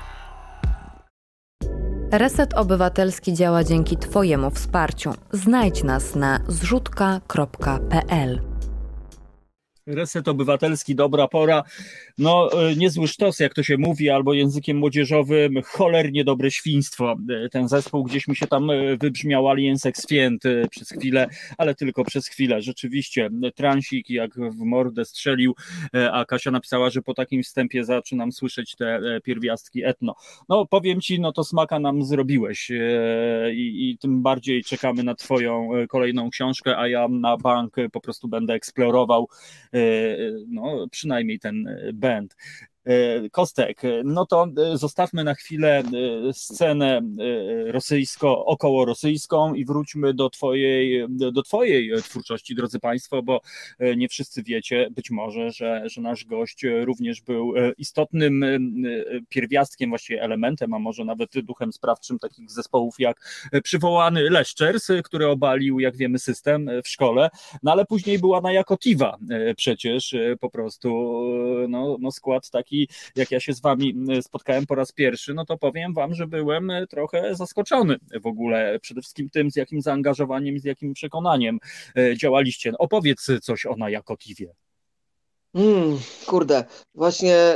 Reset Obywatelski działa dzięki Twojemu wsparciu. Znajdź nas na zrzutka.pl. Reset Obywatelski, dobra pora. No, niezły sztos, jak to się mówi, albo językiem młodzieżowym, cholernie dobre świństwo. Ten zespół gdzieś mi się tam wybrzmiał Alliance Exfient przez chwilę, ale tylko przez chwilę. Rzeczywiście, transik jak w mordę strzelił, a Kasia napisała, że po takim wstępie zaczynam słyszeć te pierwiastki etno. No, powiem Ci, no to smaka nam zrobiłeś i tym bardziej czekamy na Twoją kolejną książkę, a ja na bank po prostu będę eksplorował no, przynajmniej ten band. Kostek, no to zostawmy na chwilę scenę około rosyjską i wróćmy do twojej twórczości, drodzy Państwo, bo nie wszyscy wiecie, być może, że nasz gość również był istotnym pierwiastkiem, właściwie elementem, a może nawet duchem sprawczym takich zespołów jak przywołany Leszczers, który obalił, jak wiemy, system w szkole, no ale później była Naja Kotiwa przecież, po prostu no skład taki, jak ja się z wami spotkałem po raz pierwszy, no to powiem wam, że byłem trochę zaskoczony w ogóle, przede wszystkim tym, z jakim zaangażowaniem, z jakim przekonaniem działaliście. Opowiedz coś o Naja Kotiwie. Kurde, właśnie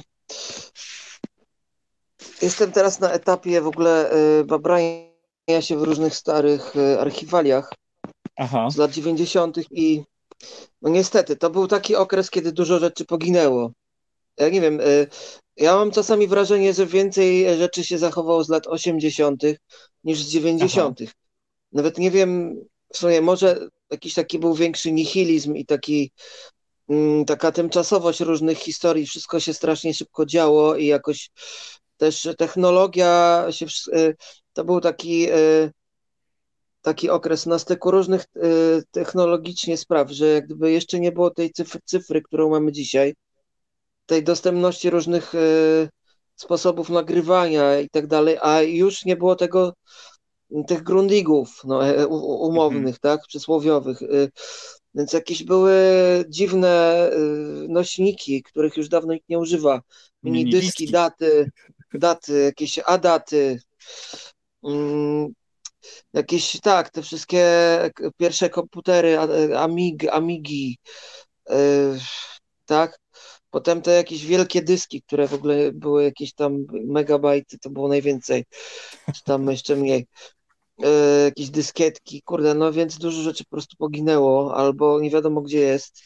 jestem teraz na etapie w ogóle babrania się w różnych starych archiwaliach z lat 90. i no niestety, to był taki okres, kiedy dużo rzeczy poginęło. Ja nie wiem, ja mam czasami wrażenie, że więcej rzeczy się zachowało z lat 80. niż z 90. Nawet nie wiem, w sumie może jakiś taki był większy nihilizm i taka tymczasowość różnych historii, wszystko się strasznie szybko działo i jakoś też technologia się, to był taki okres na styku różnych technologicznie spraw, że jak gdyby jeszcze nie było tej cyfry, którą mamy dzisiaj, tej dostępności różnych sposobów nagrywania i tak dalej, a już nie było tych grundigów umownych, tak, przysłowiowych. Więc jakieś były dziwne nośniki, których już dawno nikt nie używa. Minidyski, daty, jakieś adaty, jakieś, tak, te wszystkie pierwsze komputery, Amigi, tak. Potem te jakieś wielkie dyski, które w ogóle były jakieś tam megabajty, to było najwięcej, czy tam jeszcze mniej. Jakieś dyskietki, kurde, no więc dużo rzeczy po prostu poginęło, albo nie wiadomo gdzie jest.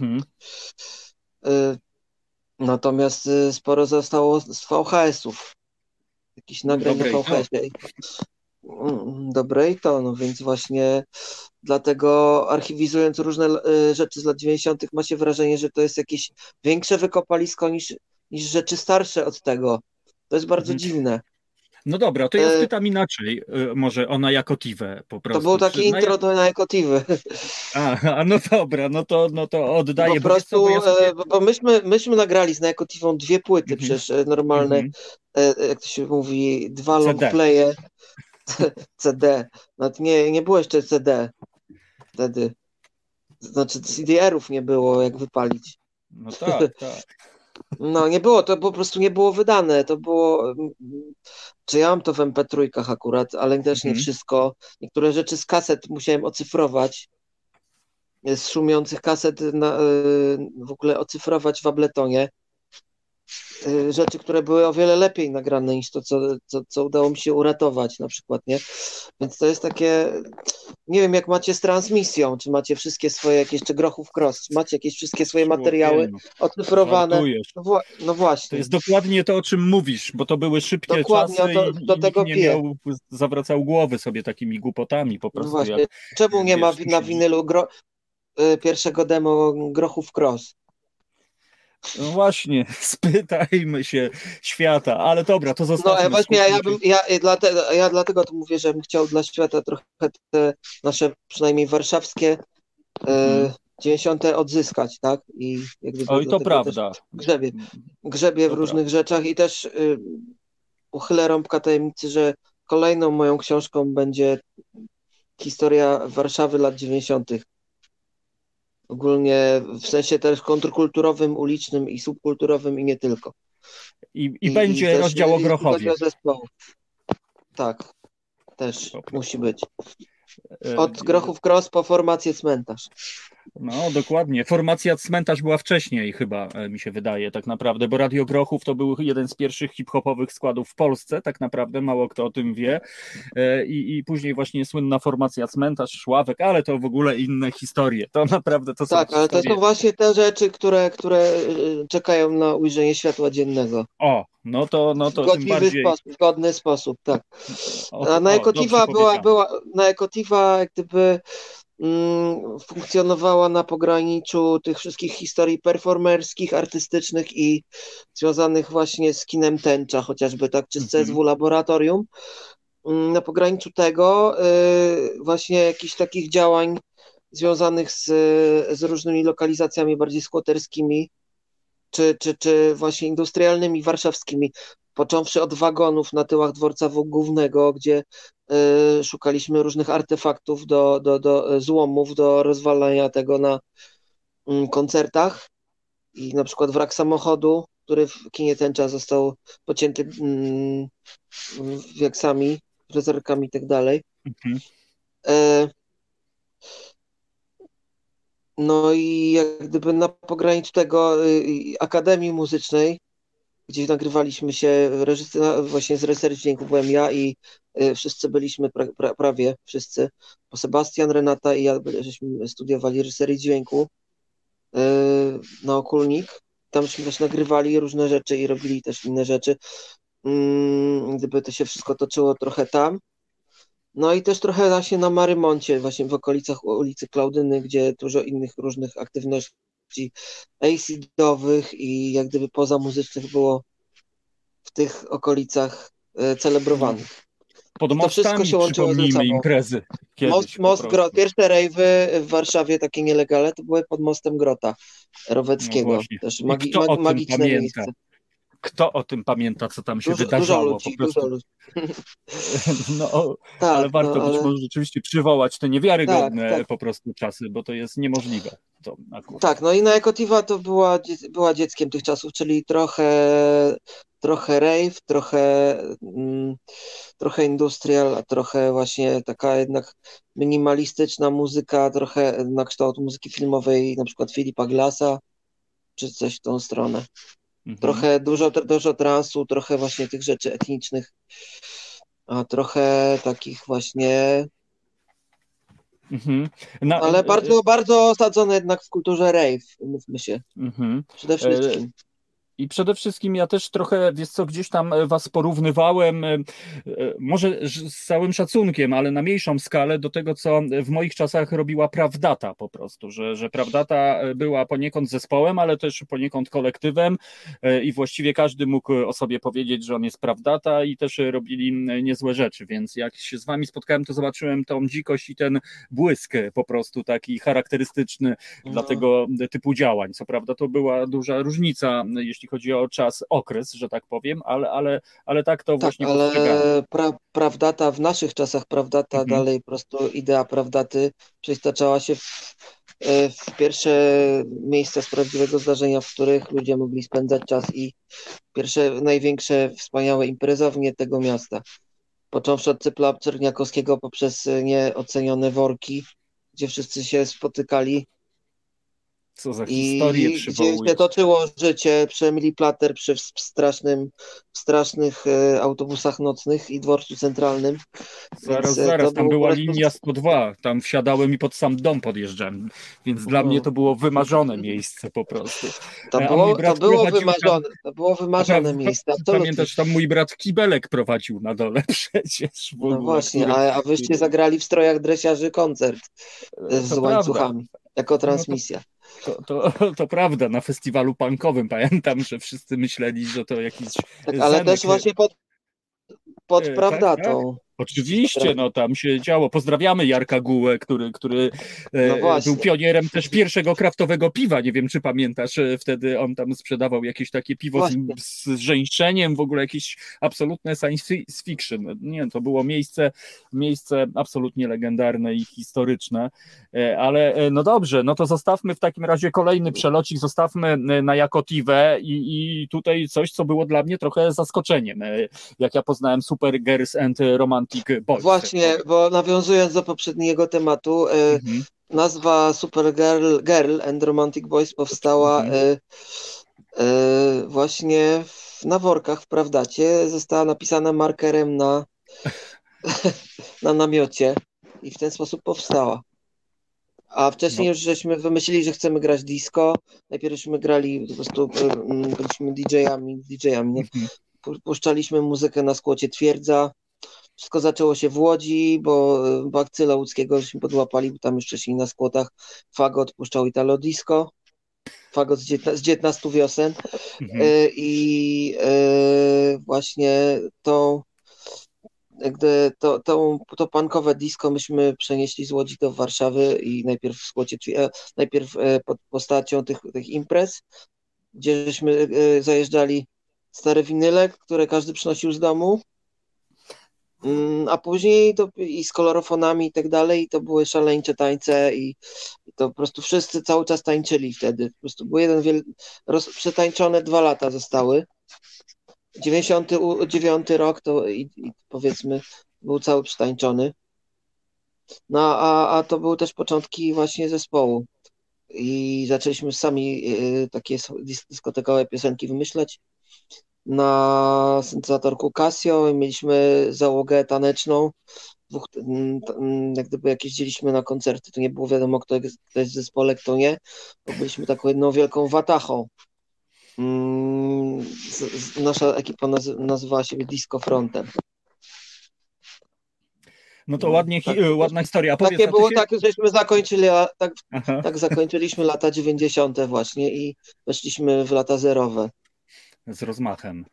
Natomiast sporo zostało z VHS-ów. Jakiś nagrań na VHS-ie. Dobre i to, no więc właśnie dlatego archiwizując różne rzeczy z lat 90. ma się wrażenie, że to jest jakieś większe wykopalisko niż rzeczy starsze od tego. To jest bardzo dziwne. No dobra, to ja spytam inaczej, może o Naja Kotiwę po prostu. To był taki intro do Naja Kotiwy. No dobra, no to oddaję. Po prostu, bo myśmy nagrali z Naja Kotiwą 2 płyty, przecież normalne, jak to się mówi, 2 longplaye. CD. Nawet nie było jeszcze CD wtedy. Znaczy CDR-ów nie było, jak wypalić. No tak. No nie było, to po prostu nie było wydane. To było... Czy ja mam to w MP3 akurat, ale też nie wszystko. Niektóre rzeczy z kaset musiałem ocyfrować. Z szumiących kaset w ogóle ocyfrować w Abletonie. Rzeczy, które były o wiele lepiej nagrane niż to, co udało mi się uratować na przykład, nie? Więc to jest takie, nie wiem jak macie z transmisją, czy macie wszystkie swoje jakieś, czy Grochów Cross, czy macie jakieś wszystkie swoje materiały ocyfrowane. No właśnie. To jest dokładnie to, o czym mówisz, bo to były szybkie dokładnie czasy do tego nikt nie zawracał głowy sobie takimi głupotami po prostu. No właśnie. Czemu nie ma na winylu pierwszego demo Grochów Cross? No właśnie, spytajmy się świata, ale dobra, to zostawmy. No właśnie, ja dlatego to mówię, że bym chciał dla świata trochę te nasze, przynajmniej warszawskie 90. odzyskać, tak? I jak gdyby Oj, to prawda. Grzebie w różnych rzeczach i też uchylę rąbka tajemnicy, że kolejną moją książką będzie historia Warszawy lat 90. ogólnie w sensie też kontrkulturowym, ulicznym i subkulturowym i nie tylko. I będzie też, rozdział o jeśli chodzi Grochowie. o zespołów. Tak, też musi być. Od Grochów Cross po formację Cmentarz. No, dokładnie. Formacja Cmentarz była wcześniej chyba, mi się wydaje, tak naprawdę, bo Radio Grochów to był jeden z pierwszych hip-hopowych składów w Polsce, tak naprawdę, mało kto o tym wie. I później właśnie słynna formacja Cmentarz, Szławek, ale to w ogóle inne historie. To naprawdę to są Tak, ale historie. to są właśnie te rzeczy, które czekają na ujrzenie światła dziennego. O, no to tym bardziej... W godny sposób, tak. A na Ekotiva jak gdyby funkcjonowała na pograniczu tych wszystkich historii performerskich, artystycznych i związanych właśnie z kinem tęcza, chociażby tak, czy z CSW Laboratorium. Na pograniczu tego właśnie jakichś takich działań związanych z różnymi lokalizacjami bardziej skłoterskimi, czy właśnie industrialnymi, warszawskimi, począwszy od wagonów na tyłach dworca głównego, gdzie szukaliśmy różnych artefaktów do złomów, do rozwalania tego na koncertach i na przykład wrak samochodu, który w kinie tęcza został pocięty wiaksami, frezerkami i tak dalej. No i jak gdyby na pograniczu tego Akademii Muzycznej, gdzie nagrywaliśmy się, właśnie z reżyserii dźwięku byłem ja i wszyscy byliśmy, prawie wszyscy, bo Sebastian, Renata i ja żeśmy studiowali reżyserię dźwięku na Okulnik. Tamśmy też nagrywali różne rzeczy i robili też inne rzeczy. Gdyby to się wszystko toczyło trochę tam. No i też trochę właśnie na Marymoncie, właśnie w okolicach ulicy Klaudyny, gdzie dużo innych różnych aktywności acidowych i jak gdyby pozamuzycznych było w tych okolicach celebrowanych. Pod mostami się przypomnijmy imprezy. Pierwsze rejwy w Warszawie, takie nielegalne, to były pod mostem Grota Roweckiego. No też magiczne miejsce. Kto o tym pamięta, co tam się wydarzało? Dużo ludzi. No, tak, ale warto być może rzeczywiście przywołać te niewiarygodne po prostu czasy, bo to jest niemożliwe. Tak, no i na Ekotiva to była dzieckiem tych czasów, czyli trochę rave, trochę industrial, a trochę właśnie taka jednak minimalistyczna muzyka, trochę na kształt muzyki filmowej, na przykład Filipa Glassa, czy coś w tą stronę. Trochę dużo transu, trochę właśnie tych rzeczy etnicznych, a trochę takich właśnie... ale bardzo osadzone jednak w kulturze rave, mówmy się. Przede wszystkim. I przede wszystkim ja też trochę, wiesz co, gdzieś tam was porównywałem, może z całym szacunkiem, ale na mniejszą skalę do tego, co w moich czasach robiła Prawdata po prostu, że Prawdata była poniekąd zespołem, ale też poniekąd kolektywem i właściwie każdy mógł o sobie powiedzieć, że on jest Prawdata i też robili niezłe rzeczy, więc jak się z wami spotkałem, to zobaczyłem tą dzikość i ten błysk po prostu taki charakterystyczny dla tego typu działań. Co prawda to była duża różnica, jeśli chodzi o czas, okres, że tak powiem, ale tak to właśnie postrzegałem. Prawdata w naszych czasach, Prawdata dalej po prostu idea Prawdaty przeistaczała się w pierwsze miejsca z prawdziwego zdarzenia, w których ludzie mogli spędzać czas i pierwsze, największe, wspaniałe imprezownie tego miasta. Począwszy od Cypla Czerniakowskiego poprzez nieocenione worki, gdzie wszyscy się spotykali. Co za historię przywołujesz. Gdzie się toczyło życie przy Emilii Plater, przy strasznych autobusach nocnych i dworcu centralnym. Zaraz, tam była linia 102, tam wsiadałem i pod sam dom podjeżdżałem, więc dla mnie to było wymarzone miejsce po prostu. To było wymarzone miejsce. Absolutnie. Pamiętasz, tam mój brat Kibelek prowadził na dole przecież. No właśnie, a wyście zagrali w strojach dresiarzy koncert z łańcuchami, jako transmisja. To prawda, na festiwalu punkowym pamiętam, że wszyscy myśleli, że to jakiś ale też właśnie pod Prawdatą. Oczywiście, no tam się działo. Pozdrawiamy Jarka Gułę, który był pionierem też pierwszego kraftowego piwa. Nie wiem, czy pamiętasz, wtedy on tam sprzedawał jakieś takie piwo z żeńszeniem, w ogóle jakieś absolutne science fiction. Nie, to było miejsce absolutnie legendarne i historyczne. Ale no dobrze, no to zostawmy w takim razie kolejny przelocik, zostawmy na Jakotivę i tutaj coś, co było dla mnie trochę zaskoczeniem, jak ja poznałem Super Girls and Romantic Boys. Właśnie, bo nawiązując do poprzedniego tematu, nazwa Super Girl and Romantic Boys powstała właśnie na workach w Prawdacie, została napisana markerem na namiocie i w ten sposób powstała. A wcześniej już żeśmy wymyślili, że chcemy grać disco. Najpierw żeśmy grali, po prostu byliśmy DJ-ami. Puszczaliśmy muzykę na skłocie Twierdza. Wszystko zaczęło się w Łodzi, bo Bakcyla łódzkiego żeśmy podłapali, bo tam już wcześniej na skłotach Fagot puszczał Italo Disco. Fagot z 19 wiosen. I właśnie to punkowe disco myśmy przenieśli z Łodzi do Warszawy i najpierw w skłocie, najpierw pod postacią tych imprez, gdzie żeśmy zajeżdżali stare winyle, które każdy przynosił z domu, a później to i z kolorofonami i tak dalej, i to były szaleńcze tańce i to po prostu wszyscy cały czas tańczyli wtedy. Po prostu był przetańczone 2 lata zostały. 99 rok to i powiedzmy był cały przetańczony. No a to były też początki właśnie zespołu. I zaczęliśmy sami takie dyskotekowe piosenki wymyślać na syntezatorku Casio. Mieliśmy załogę taneczną. Jak gdyby jak jeździliśmy na koncerty, to nie było wiadomo, kto jest w zespole, kto nie. Bo byliśmy taką jedną wielką watachą. Nasza ekipa nazywała siebie Disco Frontem. No to ładna historia. Takie było, tak, żeśmy zakończyli, tak zakończyliśmy lata 90. właśnie i weszliśmy w lata zerowe. Z rozmachem.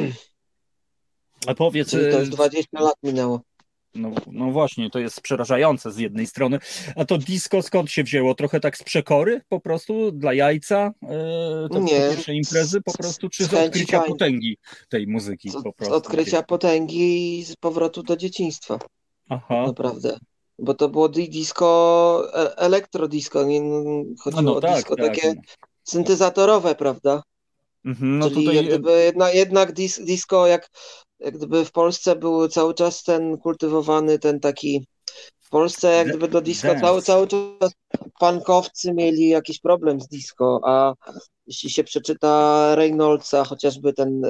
A powiedz... Czyli to już 20 lat minęło. No właśnie, to jest przerażające z jednej strony. A to disco skąd się wzięło? Trochę tak z przekory po prostu? Dla jajca? Nie. Pierwsze imprezy po prostu? Czy z odkrycia potęgi tej muzyki po prostu? Z odkrycia potęgi i z powrotu do dzieciństwa. Aha. Naprawdę. Bo to było disco, elektrodisco. Chodziło o disco takie syntezatorowe, prawda? No czyli tutaj... jak gdyby jednak disco, jak gdyby w Polsce był cały czas ten kultywowany, ten taki w Polsce jak gdyby do disco cały czas punkowcy mieli jakiś problem z disco, a jeśli się przeczyta Reynoldsa, chociażby ten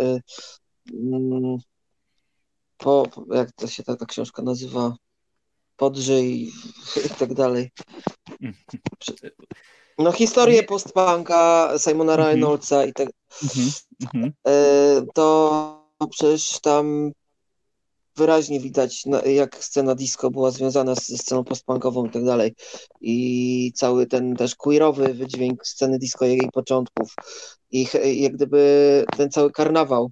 jak to się ta książka nazywa, Podrzyj i tak dalej. No historię post-punka Simona Reynoldsa i tak to przecież tam wyraźnie widać, jak scena disco była związana ze sceną postpunkową i tak dalej. I cały ten też queerowy wydźwięk sceny disco jej początków. I jak gdyby ten cały karnawał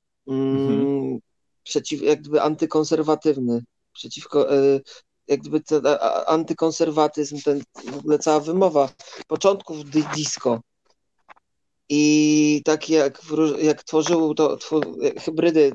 jak gdyby antykonserwatywny, przeciwko jak gdyby antykonserwatyzm, ten w ogóle cała wymowa początków disco. I tak jak tworzył to hybrydy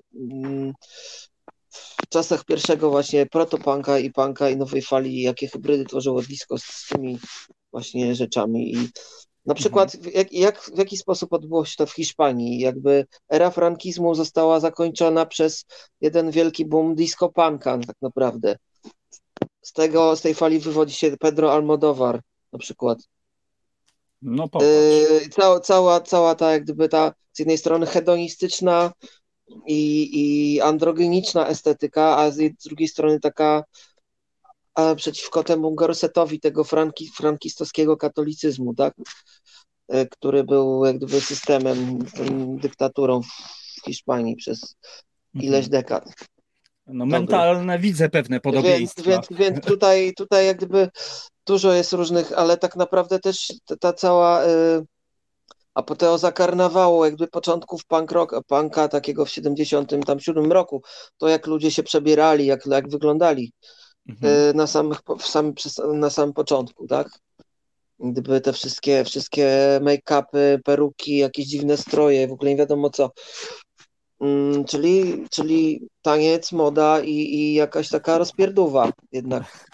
w czasach pierwszego właśnie protopunka i nowej fali, jakie hybrydy tworzyło disco z tymi właśnie rzeczami. I na przykład w jaki sposób odbyło się to w Hiszpanii? Jakby era frankizmu została zakończona przez jeden wielki boom disco punka tak naprawdę. Z tej fali wywodzi się Pedro Almodóvar na przykład. No popatrz. Cała ta jak gdyby ta z jednej strony hedonistyczna i androgeniczna estetyka, a z drugiej strony taka przeciwko temu gorsetowi tego frankistowskiego katolicyzmu, tak? Który był jak gdyby systemem, dyktaturą w Hiszpanii przez ileś dekad. No mentalne widzę pewne podobieństwa. Więc tutaj jak gdyby dużo jest różnych, ale tak naprawdę też ta cała apoteoza karnawału, jakby początków punka takiego w 77 roku, to jak ludzie się przebierali, jak wyglądali na samym początku, tak? Gdyby te wszystkie make-upy, peruki, jakieś dziwne stroje, w ogóle nie wiadomo co. Czyli taniec, moda i jakaś taka rozpierdówa jednak.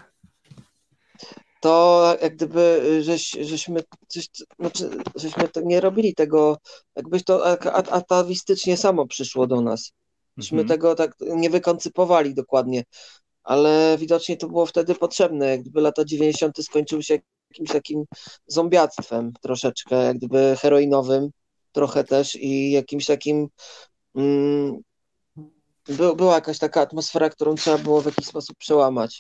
To jak gdyby żeśmy to nie robili tego, jakbyś to atawistycznie samo przyszło do nas. Żeśmy tego tak nie wykoncypowali dokładnie, ale widocznie to było wtedy potrzebne, jak gdyby lata 90. skończyły się jakimś takim zombiactwem troszeczkę, jak gdyby heroinowym trochę też i jakimś takim była jakaś taka atmosfera, którą trzeba było w jakiś sposób przełamać.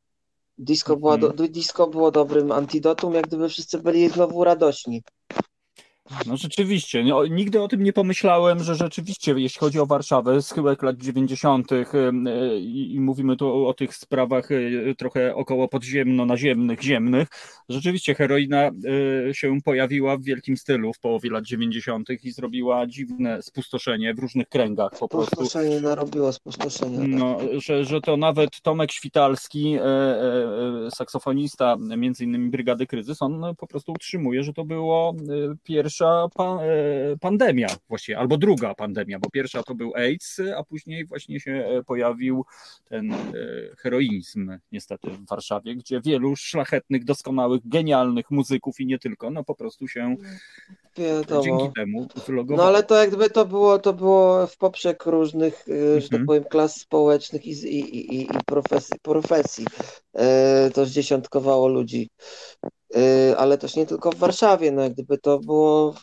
Disco było dobrym antidotum, jak gdyby wszyscy byli znowu radośni. No rzeczywiście, nigdy o tym nie pomyślałem, że rzeczywiście, jeśli chodzi o Warszawę, schyłek lat 90. I mówimy tu o tych sprawach trochę około podziemno-naziemnych, ziemnych, rzeczywiście heroina się pojawiła w wielkim stylu w połowie lat 90. i zrobiła dziwne spustoszenie w różnych kręgach po prostu. Spustoszenie narobiło spustoszenie. No, że to nawet Tomek Świtalski, saksofonista między innymi Brygady Kryzys, on po prostu utrzymuje, że to było pierwsza pandemia właściwie, albo druga pandemia, bo pierwsza to był AIDS, a później właśnie się pojawił ten heroinizm niestety w Warszawie, gdzie wielu szlachetnych, doskonałych, genialnych muzyków i nie tylko, no po prostu się dzięki temu wylogowało. No ale to jakby to było w poprzek różnych, że tak powiem, klas społecznych i profesji. To zdziesiątkowało ludzi. Ale też nie tylko w Warszawie, no jak gdyby to było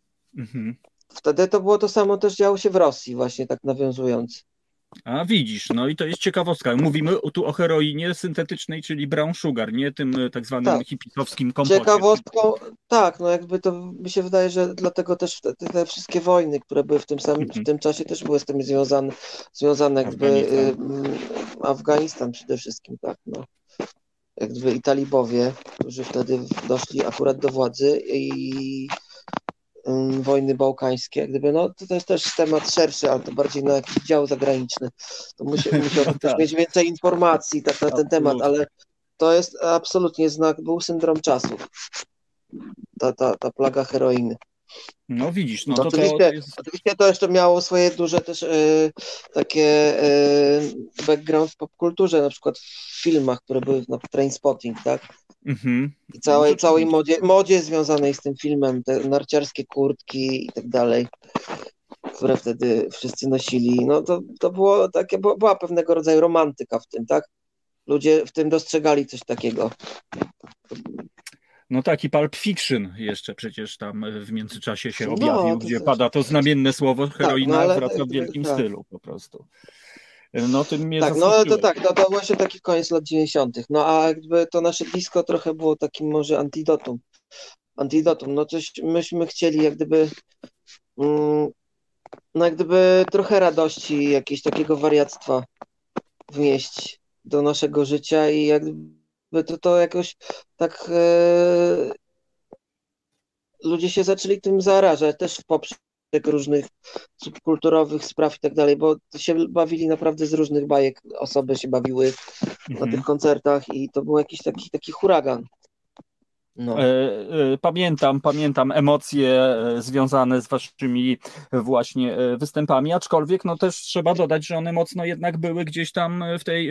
wtedy to było to samo, też działo się w Rosji właśnie, tak nawiązując. A widzisz, no i to jest ciekawostka. Mówimy tu o heroinie syntetycznej, czyli brown sugar, nie tym tak zwanym hipisowskim kompocie. Ciekawostką, tak, no jakby to mi się wydaje, że dlatego też te wszystkie wojny, które były w tym czasie, też były z tym związane jakby Afganistan przede wszystkim, tak, no. Jakby i talibowie, którzy wtedy doszli akurat do władzy i wojny bałkańskie, jak gdyby, no to jest też temat szerszy, ale to bardziej na jakiś dział zagraniczny. To musiał też mieć więcej informacji tak na ten temat, ale to jest absolutnie był syndrom czasów. Ta plaga heroiny. No widzisz, no oczywiście to jeszcze miało swoje duże też takie background w popkulturze, na przykład w filmach, które były na Trainspotting, tak? I całej modzie związanej z tym filmem, te narciarskie kurtki i tak dalej, które wtedy wszyscy nosili. No to było takie, była pewnego rodzaju romantyka w tym, tak? Ludzie w tym dostrzegali coś takiego. No tak, i Pulp Fiction jeszcze przecież tam w międzyczasie się objawił, gdzie pada to znamienne słowo heroina, wraca w wielkim stylu po prostu. No tym mnie to właśnie taki koniec lat 90. No a jakby to nasze disco trochę było takim może antidotum. No coś myśmy chcieli jak gdyby jak gdyby trochę radości, jakiegoś takiego wariactwa wnieść do naszego życia i jak gdyby to jakoś tak ludzie się zaczęli tym zarażać też w poprzek różnych subkulturowych spraw i tak dalej, bo się bawili naprawdę z różnych bajek, osoby się bawiły na tych koncertach i to był jakiś taki huragan. No. Pamiętam emocje związane z waszymi właśnie występami, aczkolwiek no też trzeba dodać, że one mocno jednak były gdzieś tam w tej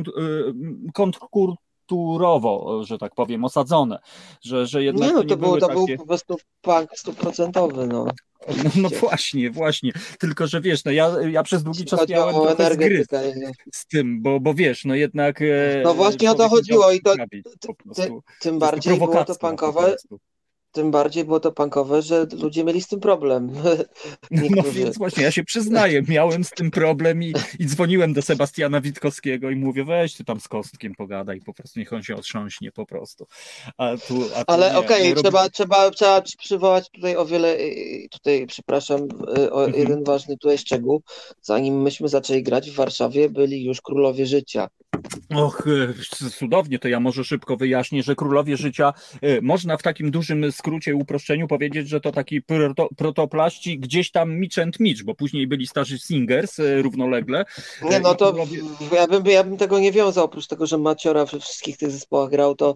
kontrkulturowo, że tak powiem, osadzone, że jednak to był po prostu punk 100%, no. No właśnie, tylko że wiesz, no ja przez długi czas miałem trochę zgryz z tym, bo wiesz, no jednak... No właśnie o to chodziło i to tym bardziej było to punkowe. Tym bardziej było to punkowe, że ludzie mieli z tym problem. No więc właśnie, ja się przyznaję, miałem z tym problem i dzwoniłem do Sebastiana Witkowskiego i mówię, weź ty tam z Kostkiem pogadaj, po prostu niech on się otrząśnie po prostu. Ale okej, trzeba przywołać tutaj przepraszam, jeden ważny tutaj szczegół. Zanim myśmy zaczęli grać w Warszawie, byli już Królowie Życia. Och, cudownie, to ja może szybko wyjaśnię, że Królowie Życia można w takim dużym skrócie skrócie, uproszczeniu powiedzieć, że to taki protoplaści gdzieś tam Mitch and Mitch, bo później byli starzy Singers równolegle. Nie, no to ja bym tego nie wiązał, oprócz tego, że Maciora we wszystkich tych zespołach grał, to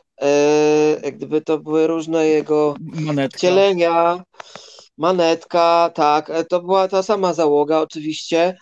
jak gdyby to były różne jego wcielenia, Manetka, tak, to była ta sama załoga oczywiście,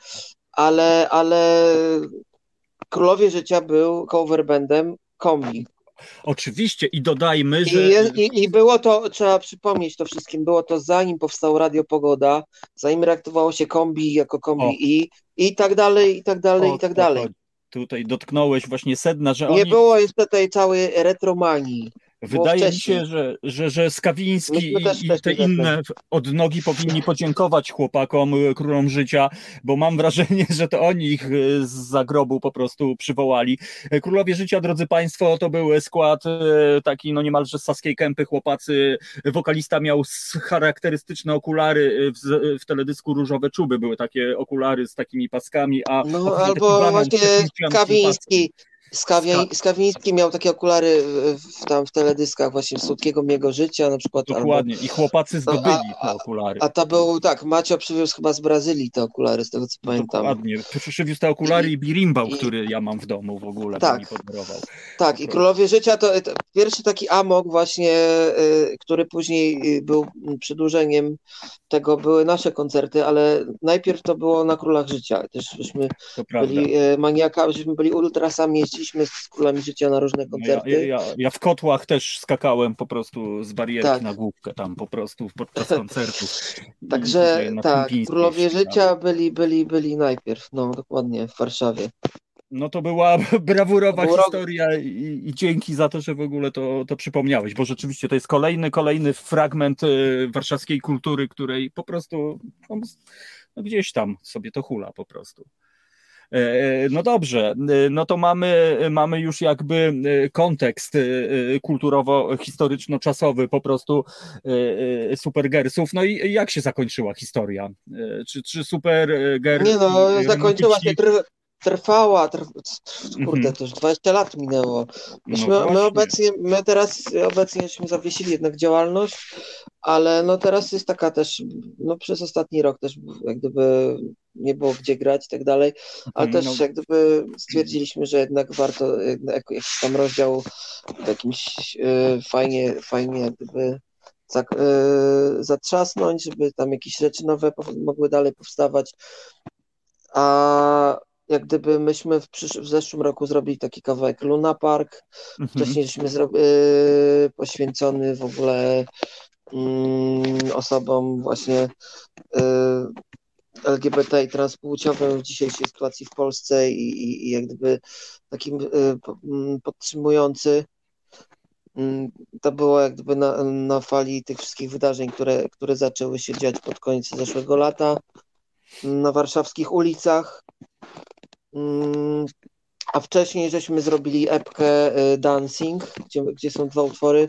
ale Królowie Życia był coverbandem Kombi. Oczywiście i dodajmy, że... I było to, trzeba przypomnieć to wszystkim, było to zanim powstało Radio Pogoda, zanim reaktywowało się Kombi jako Kombi i tak dalej, i tak dalej, i tak dalej. Tutaj dotknąłeś właśnie sedna, że nie było jeszcze tej całej retromanii. Wydaje mi się, że Skawiński i te inne odnogi powinni podziękować chłopakom, Królom Życia, bo mam wrażenie, że to oni ich z zagrobu po prostu przywołali. Królowie Życia, drodzy Państwo, to był skład taki no niemalże z Saskiej Kępy, chłopacy. Wokalista miał charakterystyczne okulary, w teledysku Różowe Czuby były takie okulary z takimi paskami, a no albo właśnie Skawiński. Skawiński miał takie okulary tam w teledyskach właśnie Słodkiego Miego Życia na przykład. Dokładnie, i chłopacy zdobyli te okulary. A to był, tak, Macio przywiózł chyba z Brazylii te okulary, z tego co pamiętam. Dokładnie, przywiózł te okulary i birimbał, który ja mam w domu w ogóle, tak, mi podarował. Tak, i Królowie Życia to pierwszy taki amok właśnie, który później był przedłużeniem tego, były nasze koncerty, ale najpierw to było na Królach Życia. Też żeśmy byli maniakami, żeśmy byli ultrasami, jeździliśmy z Królami Życia na różne koncerty. Ja w kotłach też skakałem po prostu z barierki na główkę tam po prostu podczas koncertów. Także tak, Królowie Życia byli najpierw, no dokładnie, w Warszawie. No to była brawurowa historia i dzięki za to, że w ogóle to przypomniałeś, bo rzeczywiście to jest kolejny fragment warszawskiej kultury, której po prostu no gdzieś tam sobie to hula po prostu. No dobrze, no to mamy już jakby kontekst kulturowo-historyczno-czasowy po prostu Supergirlsów. No i jak się zakończyła historia? Czy Supergirl... Nie no, zakończyła się... Trwała, kurde, to już 20 lat minęło. My teraz obecnie zawiesili jednak działalność, ale no teraz jest taka też, no przez ostatni rok też jak gdyby nie było gdzie grać i tak dalej, ale też jak gdyby stwierdziliśmy, że jednak warto jakiś tam rozdział w jakimś fajnie jak gdyby zatrzasnąć, żeby tam jakieś rzeczy nowe mogły dalej powstawać, a jak gdyby myśmy w zeszłym roku zrobili taki kawałek Luna Park, wcześniej żeśmy poświęcony w ogóle osobom właśnie LGBT i transpłciowym w dzisiejszej sytuacji w Polsce i jak gdyby takim podtrzymujący. To było jak gdyby na fali tych wszystkich wydarzeń, które zaczęły się dziać pod koniec zeszłego lata na warszawskich ulicach. A wcześniej żeśmy zrobili epkę Dancing, gdzie są 2 utwory.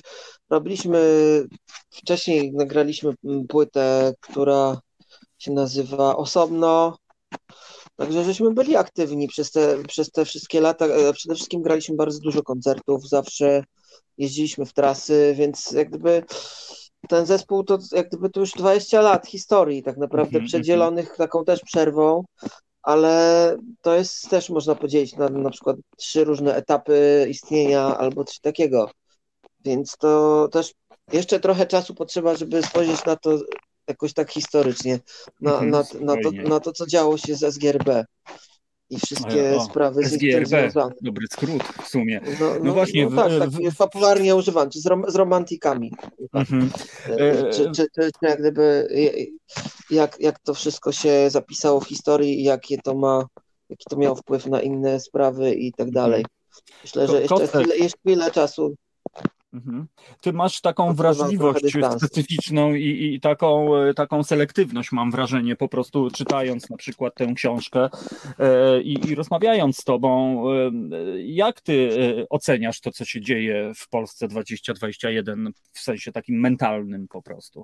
Wcześniej nagraliśmy płytę, która się nazywa Osobno. Także żeśmy byli aktywni przez te wszystkie lata. Przede wszystkim graliśmy bardzo dużo koncertów, zawsze jeździliśmy w trasy, więc jak gdyby ten zespół to jak gdyby to już 20 lat historii tak naprawdę przedzielonych taką też przerwą. Ale to jest też można podzielić na przykład 3 różne etapy istnienia albo coś takiego. Więc to też jeszcze trochę czasu potrzeba, żeby spojrzeć na to jakoś tak historycznie, na to, co działo się z SGRB i wszystkie sprawy z tym związane. Dobry skrót w sumie. No właśnie. Tak, jest popularnie używany, czy z romantykami. Czy jak gdyby, jak to wszystko się zapisało w historii i jaki to miało wpływ na inne sprawy i tak dalej. Myślę, że jeszcze chwilę czasu. Ty masz taką wrażliwość specyficzną i taką selektywność, mam wrażenie, po prostu czytając na przykład tę książkę i rozmawiając z tobą. Jak ty oceniasz to, co się dzieje w Polsce 2021 w sensie takim mentalnym po prostu?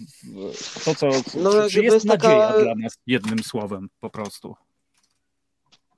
Czy jest nadzieja dla nas, jednym słowem po prostu?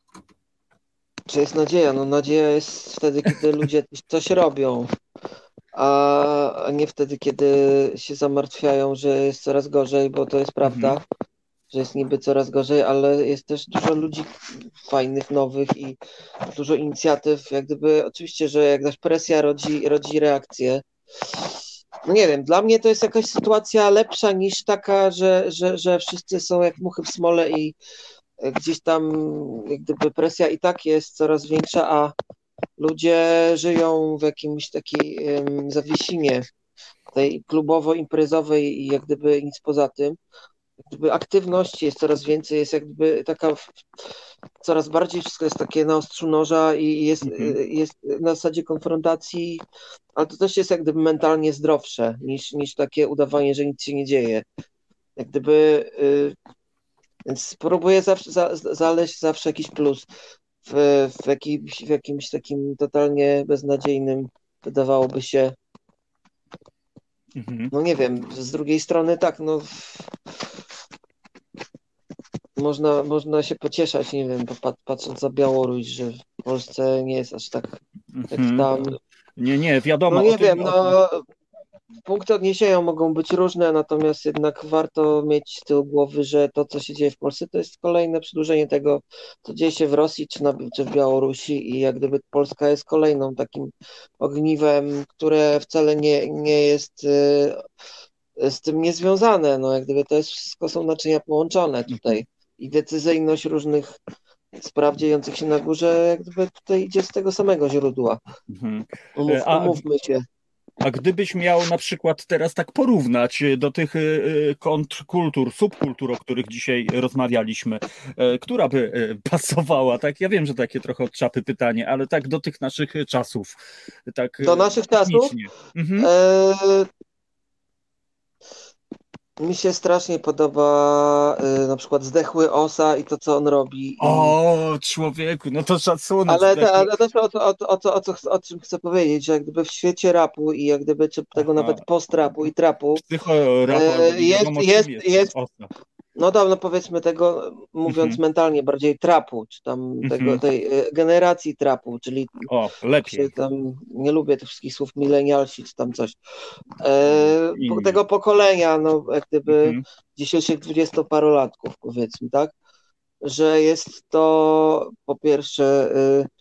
Czy jest nadzieja? No nadzieja jest wtedy, kiedy ludzie coś robią. a nie wtedy, kiedy się zamartwiają, że jest coraz gorzej, bo to jest prawda, że jest niby coraz gorzej, ale jest też dużo ludzi fajnych, nowych i dużo inicjatyw. Jak gdyby, oczywiście, że jakaś presja rodzi reakcję. No nie wiem, dla mnie to jest jakaś sytuacja lepsza niż taka, że wszyscy są jak muchy w smole i gdzieś tam jak gdyby presja i tak jest coraz większa, a ludzie żyją w jakimś takiej zawiesinie tej klubowo-imprezowej i jak gdyby nic poza tym. Jak gdyby aktywności jest coraz więcej, jest jak gdyby taka coraz bardziej wszystko jest takie na ostrzu noża i jest na zasadzie konfrontacji, ale to też jest jak gdyby mentalnie zdrowsze niż takie udawanie, że nic się nie dzieje. Jak gdyby więc próbuję znaleźć zawsze jakiś plus w jakimś takim totalnie beznadziejnym, wydawałoby się. No nie wiem, z drugiej strony tak, no można się pocieszać, nie wiem, patrząc na Białoruś, że w Polsce nie jest aż tak jak tam. Nie, wiadomo. No nie wiem, no punkty odniesienia mogą być różne, natomiast jednak warto mieć z tyłu głowy, że to, co się dzieje w Polsce, to jest kolejne przedłużenie tego, co dzieje się w Rosji czy w Białorusi i jak gdyby Polska jest kolejną takim ogniwem, które wcale nie jest z tym niezwiązane. No jak gdyby to jest wszystko są naczynia połączone tutaj i decyzyjność różnych spraw dziejących się na górze jak gdyby tutaj idzie z tego samego źródła. Umówmy się. A gdybyś miał na przykład teraz tak porównać do tych kontrkultur, subkultur, o których dzisiaj rozmawialiśmy, która by pasowała, tak? Ja wiem, że takie trochę od czapy pytanie, ale tak do tych naszych czasów. Tak, do naszych czasów? Mi się strasznie podoba na przykład Zdechły Osa i to, co on robi. O, człowieku, no to szacunek. Ale też o czym chcę powiedzieć, że jak gdyby w świecie rapu i jak gdyby czy tego nawet post-rapu i trapu jest no dawno powiedzmy tego, mówiąc mentalnie, bardziej trapu, czy tam tej generacji trapu, czyli lepiej. Tam, nie lubię tych wszystkich słów milenialsi, czy tam coś. Tego pokolenia, no jak gdyby dzisiejszych 20-parolatków, powiedzmy, tak? Że jest to po pierwsze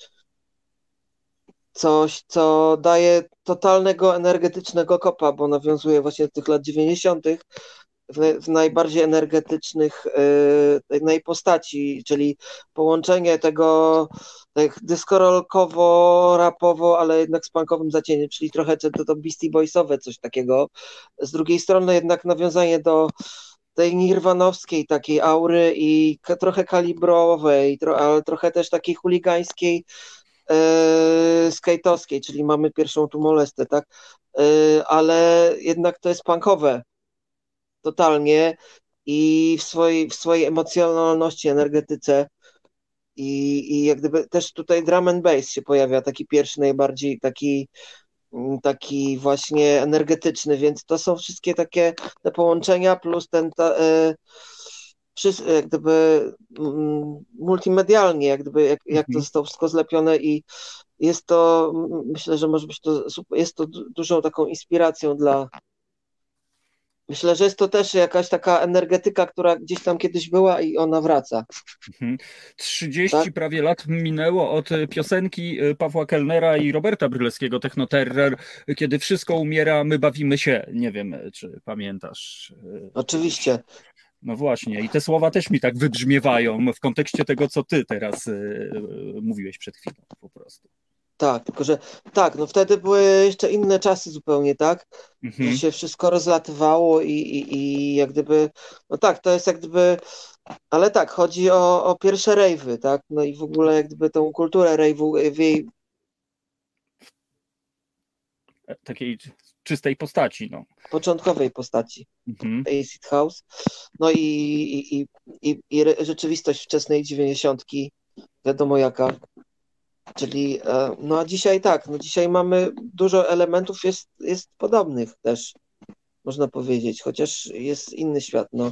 coś, co daje totalnego energetycznego kopa, bo nawiązuje właśnie do tych lat 90. w najbardziej energetycznych tej postaci, czyli połączenie tego tak disco-rollkowo, rapowo, ale jednak z punkowym zacieniem, czyli trochę to Beastie Boysowe, coś takiego. Z drugiej strony jednak nawiązanie do tej nirwanowskiej takiej aury i trochę kalibrowej, ale trochę też takiej chuligańskiej, skate'owskiej, czyli mamy pierwszą tu molestę, tak? Ale jednak to jest punkowe totalnie i w swojej emocjonalności, energetyce i jak gdyby też tutaj drum and bass się pojawia, taki pierwszy najbardziej taki właśnie energetyczny, więc to są wszystkie takie te połączenia plus jak gdyby multimedialnie, jak to zostało wszystko zlepione i jest to, myślę, że może być jest to dużą taką inspiracją myślę, że jest to też jakaś taka energetyka, która gdzieś tam kiedyś była i ona wraca. 30 prawie lat minęło od piosenki Pawła Kellnera i Roberta Brylewskiego, Technoterror, kiedy wszystko umiera, my bawimy się. Nie wiem, czy pamiętasz. Oczywiście. No właśnie, i te słowa też mi tak wybrzmiewają w kontekście tego, co ty teraz mówiłeś przed chwilą po prostu. Tak, tylko że no wtedy były jeszcze inne czasy zupełnie, tak? Że się wszystko rozlatywało i jak gdyby, no tak, to jest jak gdyby, ale tak, chodzi o pierwsze rejwy, tak? No i w ogóle jak gdyby tą kulturę rejwu w jej takiej czystej postaci, no. Początkowej postaci Acid House. No i rzeczywistość wczesnej 90. wiadomo jaka. Czyli, no a dzisiaj tak, no dzisiaj mamy dużo elementów jest podobnych też, można powiedzieć, chociaż jest inny świat, no.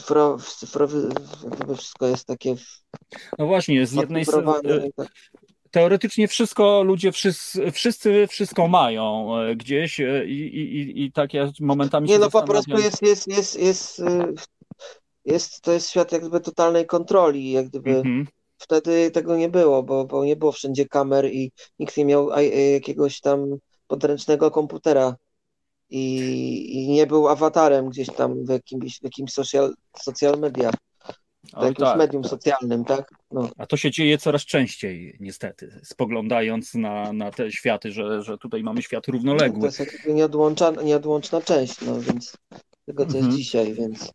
Cyfrowy, jakby wszystko jest takie no właśnie, z jednej strony teoretycznie wszystko, ludzie wszyscy wszystko mają gdzieś i tak ja momentami się Nie, no po prostu zastanawiam. to jest świat jakby totalnej kontroli, jak gdyby wtedy tego nie było, bo nie było wszędzie kamer i nikt nie miał jakiegoś tam podręcznego komputera i nie był awatarem gdzieś tam w jakimś social media. W medium socjalnym, tak? No. A to się dzieje coraz częściej, niestety, spoglądając na te światy, że tutaj mamy świat równoległy. To jest jakby nieodłączna część, no więc tego, co jest dzisiaj, więc...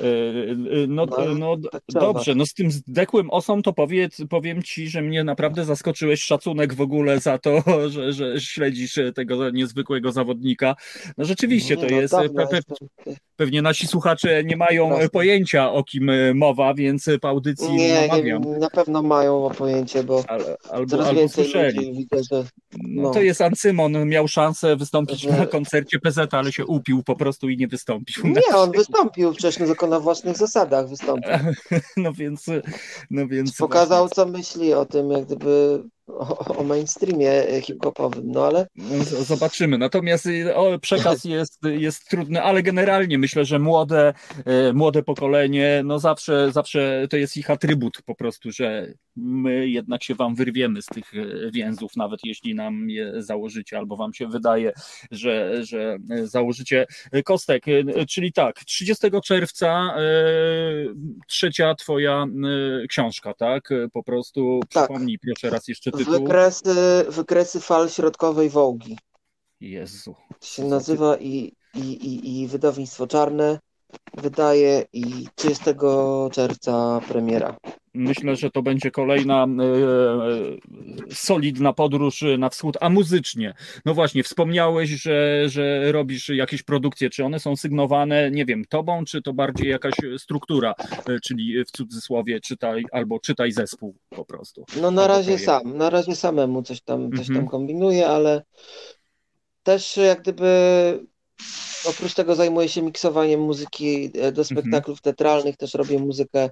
Tak dobrze, no z tym zdechłym osą to powiem ci, że mnie naprawdę zaskoczyłeś, szacunek w ogóle za to, że śledzisz tego niezwykłego zawodnika. No rzeczywiście to jest... Pewnie nasi słuchacze nie mają pojęcia, o kim mowa, więc po audycji namawiam. Nie, na pewno mają pojęcie, bo albo słyszeli. Ludzi widzę, że... No to jest Ancymon, miał szansę wystąpić na koncercie PZ, ale się upił po prostu i nie wystąpił. Nie, on wystąpił wcześniej, tylko na własnych zasadach wystąpił. No więc pokazał, właśnie, co myśli o tym, jak gdyby o mainstreamie hip-hopowym, no ale... Zobaczymy. Natomiast przekaz jest trudny, ale generalnie myślę, że młode pokolenie, no zawsze to jest ich atrybut po prostu, że my jednak się wam wyrwiemy z tych więzów, nawet jeśli nam je założycie, albo wam się wydaje, że założycie. Kostek, czyli tak, 30 czerwca trzecia twoja książka, tak? Po prostu przypomnij proszę raz jeszcze tytuł. Wykresy fal środkowej Wołgi. Jezu. To się nazywa i wydawnictwo Czarne wydaje i 30 czerwca premiera. Myślę, że to będzie kolejna solidna podróż na wschód, a muzycznie. No właśnie, wspomniałeś, że robisz jakieś produkcje. Czy one są sygnowane, nie wiem, tobą, czy to bardziej jakaś struktura, czyli w cudzysłowie czytaj zespół po prostu? No na razie samemu coś tam kombinuję, ale też jak gdyby oprócz tego zajmuję się miksowaniem muzyki do spektaklów teatralnych, też robię muzykę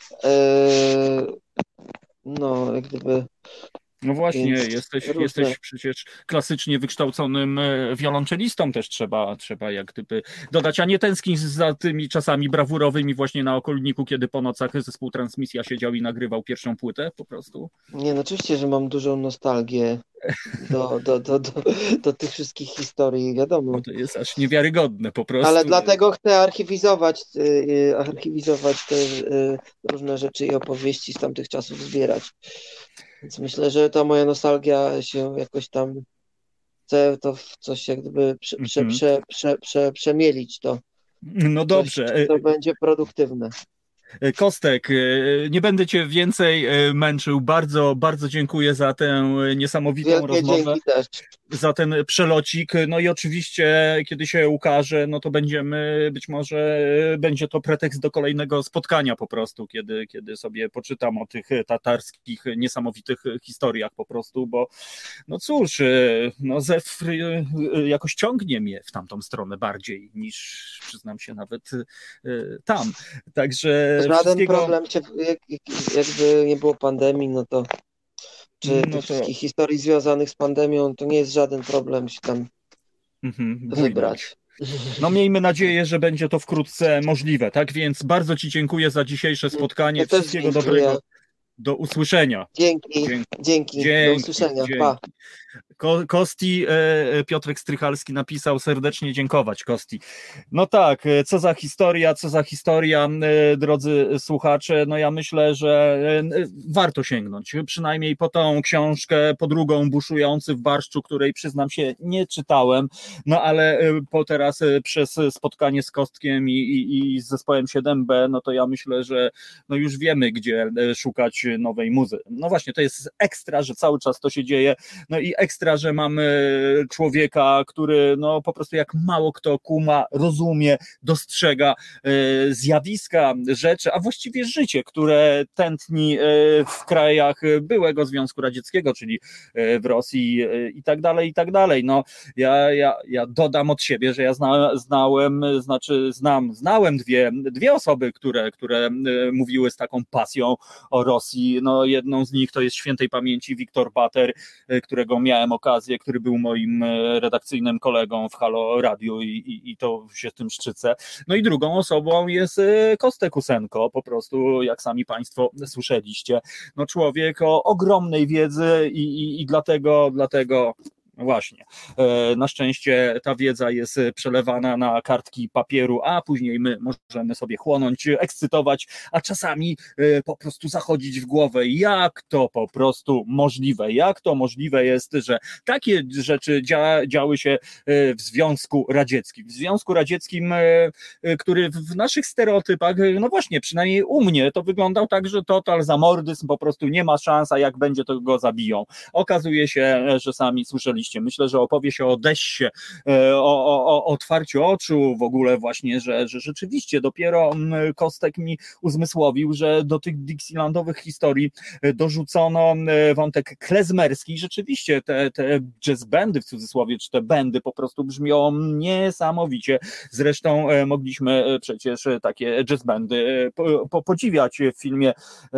no jak gdyby... No właśnie, jesteś przecież klasycznie wykształconym wiolonczelistą, też trzeba jak gdyby dodać, a nie tęsknisz za tymi czasami brawurowymi właśnie na Okolniku, kiedy po nocach zespół Transmisja siedział i nagrywał pierwszą płytę po prostu? Nie, no oczywiście, że mam dużą nostalgię do tych wszystkich historii, wiadomo. No to jest aż niewiarygodne po prostu. Ale dlatego chcę archiwizować te różne rzeczy i opowieści z tamtych czasów zbierać. Więc myślę, że ta moja nostalgia się jakoś tam chce to w coś jak gdyby przemielić to. No dobrze. Coś, to będzie produktywne. Kostek, nie będę cię więcej męczył. Bardzo, bardzo dziękuję za tę niesamowitą rozmowę. Dzięki też. Za ten przelocik. No i oczywiście, kiedy się ukaże, no to być może będzie to pretekst do kolejnego spotkania po prostu, kiedy sobie poczytam o tych tatarskich niesamowitych historiach po prostu, bo no cóż, no Zefr jakoś ciągnie mnie w tamtą stronę bardziej niż, przyznam się, nawet tam. Także żaden problem, jakby nie było pandemii, no to tych wszystkich historii związanych z pandemią, to nie jest żaden problem się tam wybrać. No miejmy nadzieję, że będzie to wkrótce możliwe, tak więc bardzo ci dziękuję za dzisiejsze spotkanie, wszystkiego dobrego, do usłyszenia. Dzięki. Do usłyszenia, pa. Kosti, Piotrek Strychalski napisał serdecznie dziękować, Kosti. No tak, co za historia, drodzy słuchacze, no ja myślę, że warto sięgnąć, przynajmniej po tą książkę, po drugą Buszujący w barszczu, której przyznam się nie czytałem, no ale teraz przez spotkanie z Kostkiem i z zespołem 7B, no to ja myślę, że no już wiemy, gdzie szukać nowej muzy. No właśnie, to jest ekstra, że cały czas to się dzieje, no i ekstra, że mamy człowieka, który no po prostu jak mało kto kuma, rozumie, dostrzega zjawiska, rzeczy, a właściwie życie, które tętni w krajach byłego Związku Radzieckiego, czyli w Rosji i tak dalej. No, ja dodam od siebie, że ja znałem dwie osoby, które mówiły z taką pasją o Rosji. No, jedną z nich to jest świętej pamięci Wiktor Bater, którego miałem okazję, który był moim redakcyjnym kolegą w Halo Radiu i to się tym szczycę. No i drugą osobą jest Kostek Usenko, po prostu jak sami Państwo słyszeliście. No człowiek o ogromnej wiedzy i dlatego właśnie. Na szczęście ta wiedza jest przelewana na kartki papieru, a później my możemy sobie chłonąć, ekscytować, a czasami po prostu zachodzić w głowę, jak to po prostu możliwe, jak to możliwe jest, że takie rzeczy działy się w Związku Radzieckim. W Związku Radzieckim, który w naszych stereotypach, no właśnie, przynajmniej u mnie to wyglądał tak, że total zamordyzm, po prostu nie ma szans, a jak będzie, to go zabiją. Okazuje się, że sami słyszeliście. Myślę, że opowie się o Dessie, o otwarciu oczu w ogóle właśnie, że rzeczywiście dopiero Kostek mi uzmysłowił, że do tych Dixielandowych historii dorzucono wątek klezmerski. Rzeczywiście te jazz bandy w cudzysłowie, czy te bandy po prostu brzmią niesamowicie. Zresztą mogliśmy przecież takie jazz bandy podziwiać w filmie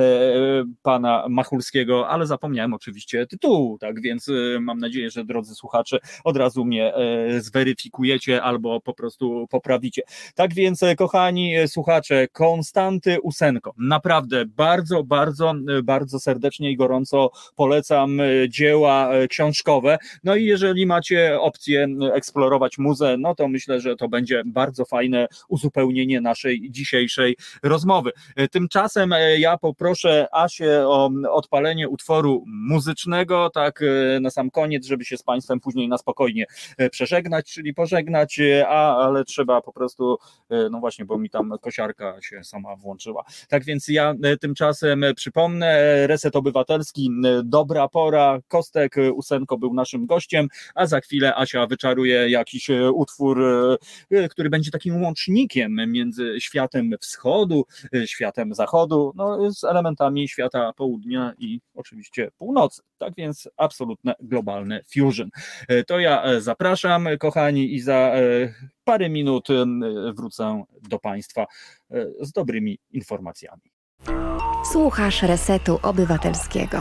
pana Machulskiego, ale zapomniałem oczywiście tytułu, tak więc mam nadzieję, że drodzy słuchacze od razu mnie zweryfikujecie albo po prostu poprawicie. Tak więc, kochani słuchacze, Konstanty Usenko, naprawdę bardzo serdecznie i gorąco polecam dzieła książkowe. No i jeżeli macie opcję eksplorować muzę, no to myślę, że to będzie bardzo fajne uzupełnienie naszej dzisiejszej rozmowy. Tymczasem ja poproszę Asię o odpalenie utworu muzycznego, tak na sam koniec, żeby się z Państwem później na spokojnie przeżegnać, czyli pożegnać, ale trzeba po prostu, no właśnie, bo mi tam kosiarka się sama włączyła. Tak więc ja tymczasem przypomnę, Reset Obywatelski, dobra pora, Kostek Usenko był naszym gościem, a za chwilę Asia wyczaruje jakiś utwór, który będzie takim łącznikiem między światem wschodu, światem zachodu, no z elementami świata południa i oczywiście północy. Tak więc absolutne globalne fusion. To ja zapraszam, kochani, i za parę minut wrócę do Państwa z dobrymi informacjami. Słuchasz Resetu Obywatelskiego.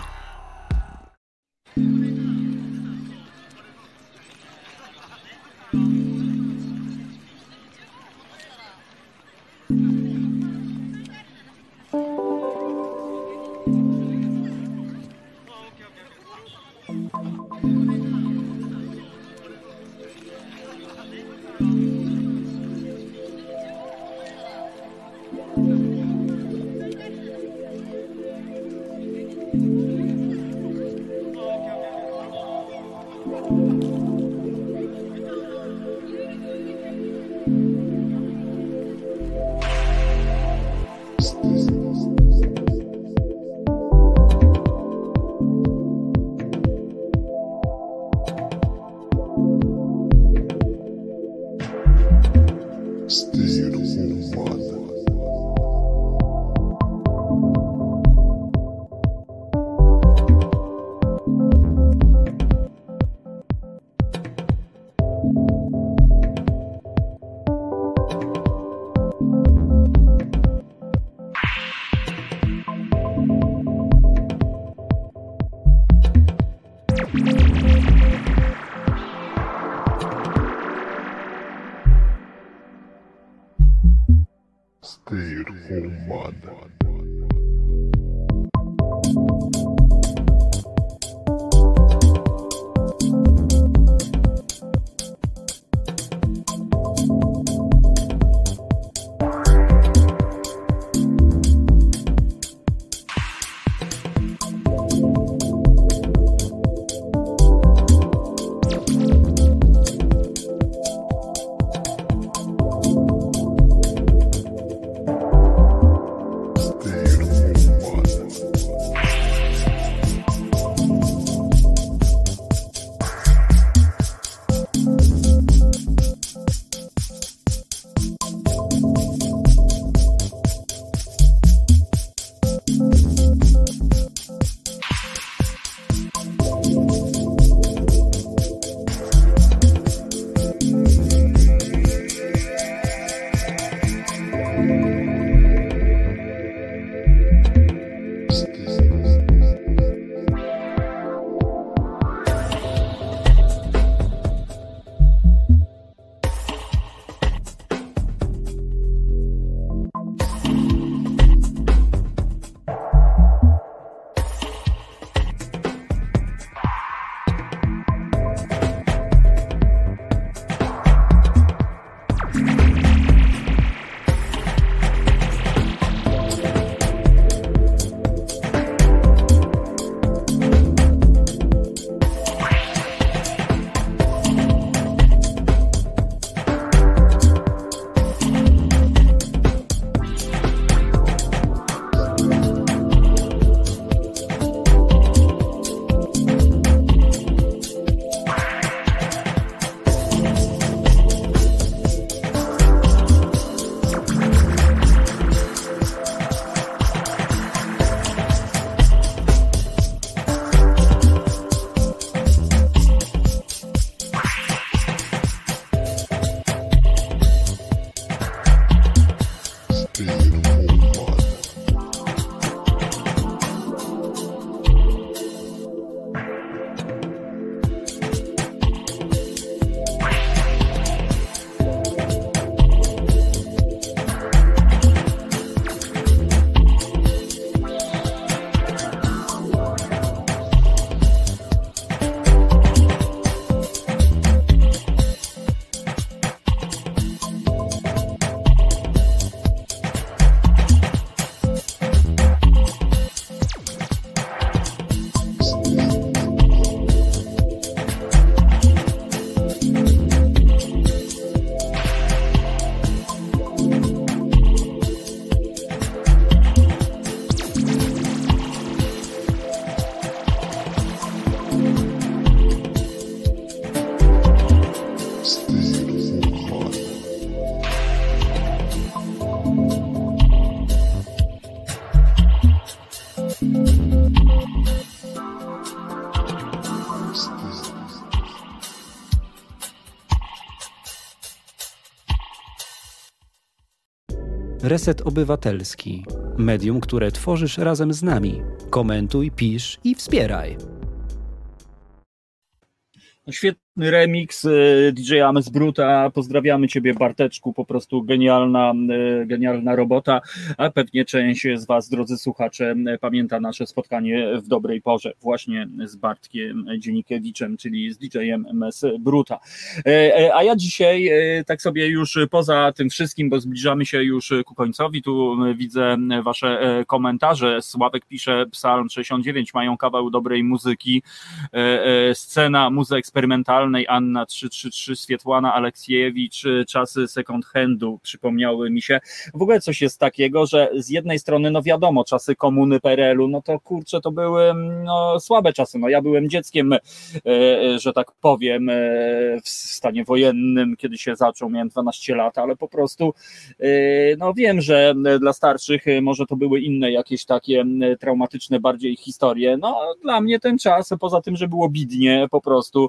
Reset Obywatelski. Medium, które tworzysz razem z nami. Komentuj, pisz i wspieraj. Świetny remix DJ Ames Bruta. Pozdrawiamy Ciebie, Barteczku, po prostu genialna robota, a pewnie część z Was, drodzy słuchacze, pamięta nasze spotkanie w dobrej porze właśnie z Bartkiem Dzienikiewiczem, czyli z DJ-em Ames Bruta. A ja dzisiaj tak sobie już poza tym wszystkim, bo zbliżamy się już ku końcowi, tu widzę Wasze komentarze. Sławek pisze, Psalm 69, mają kawał dobrej muzyki, scena muzy eksperymentalnej, Anna 333, Swietłana Aleksiejewicz, czasy second handu przypomniały mi się. W ogóle coś jest takiego, że z jednej strony, no wiadomo, czasy komuny PRL-u, no to kurczę, to były słabe czasy, no ja byłem dzieckiem, że tak powiem, w stanie wojennym, kiedy się zaczął, miałem 12 lat, ale po prostu no wiem, że dla starszych może to były inne jakieś takie traumatyczne bardziej historie, no dla mnie ten czas, poza tym, że było bidnie po prostu,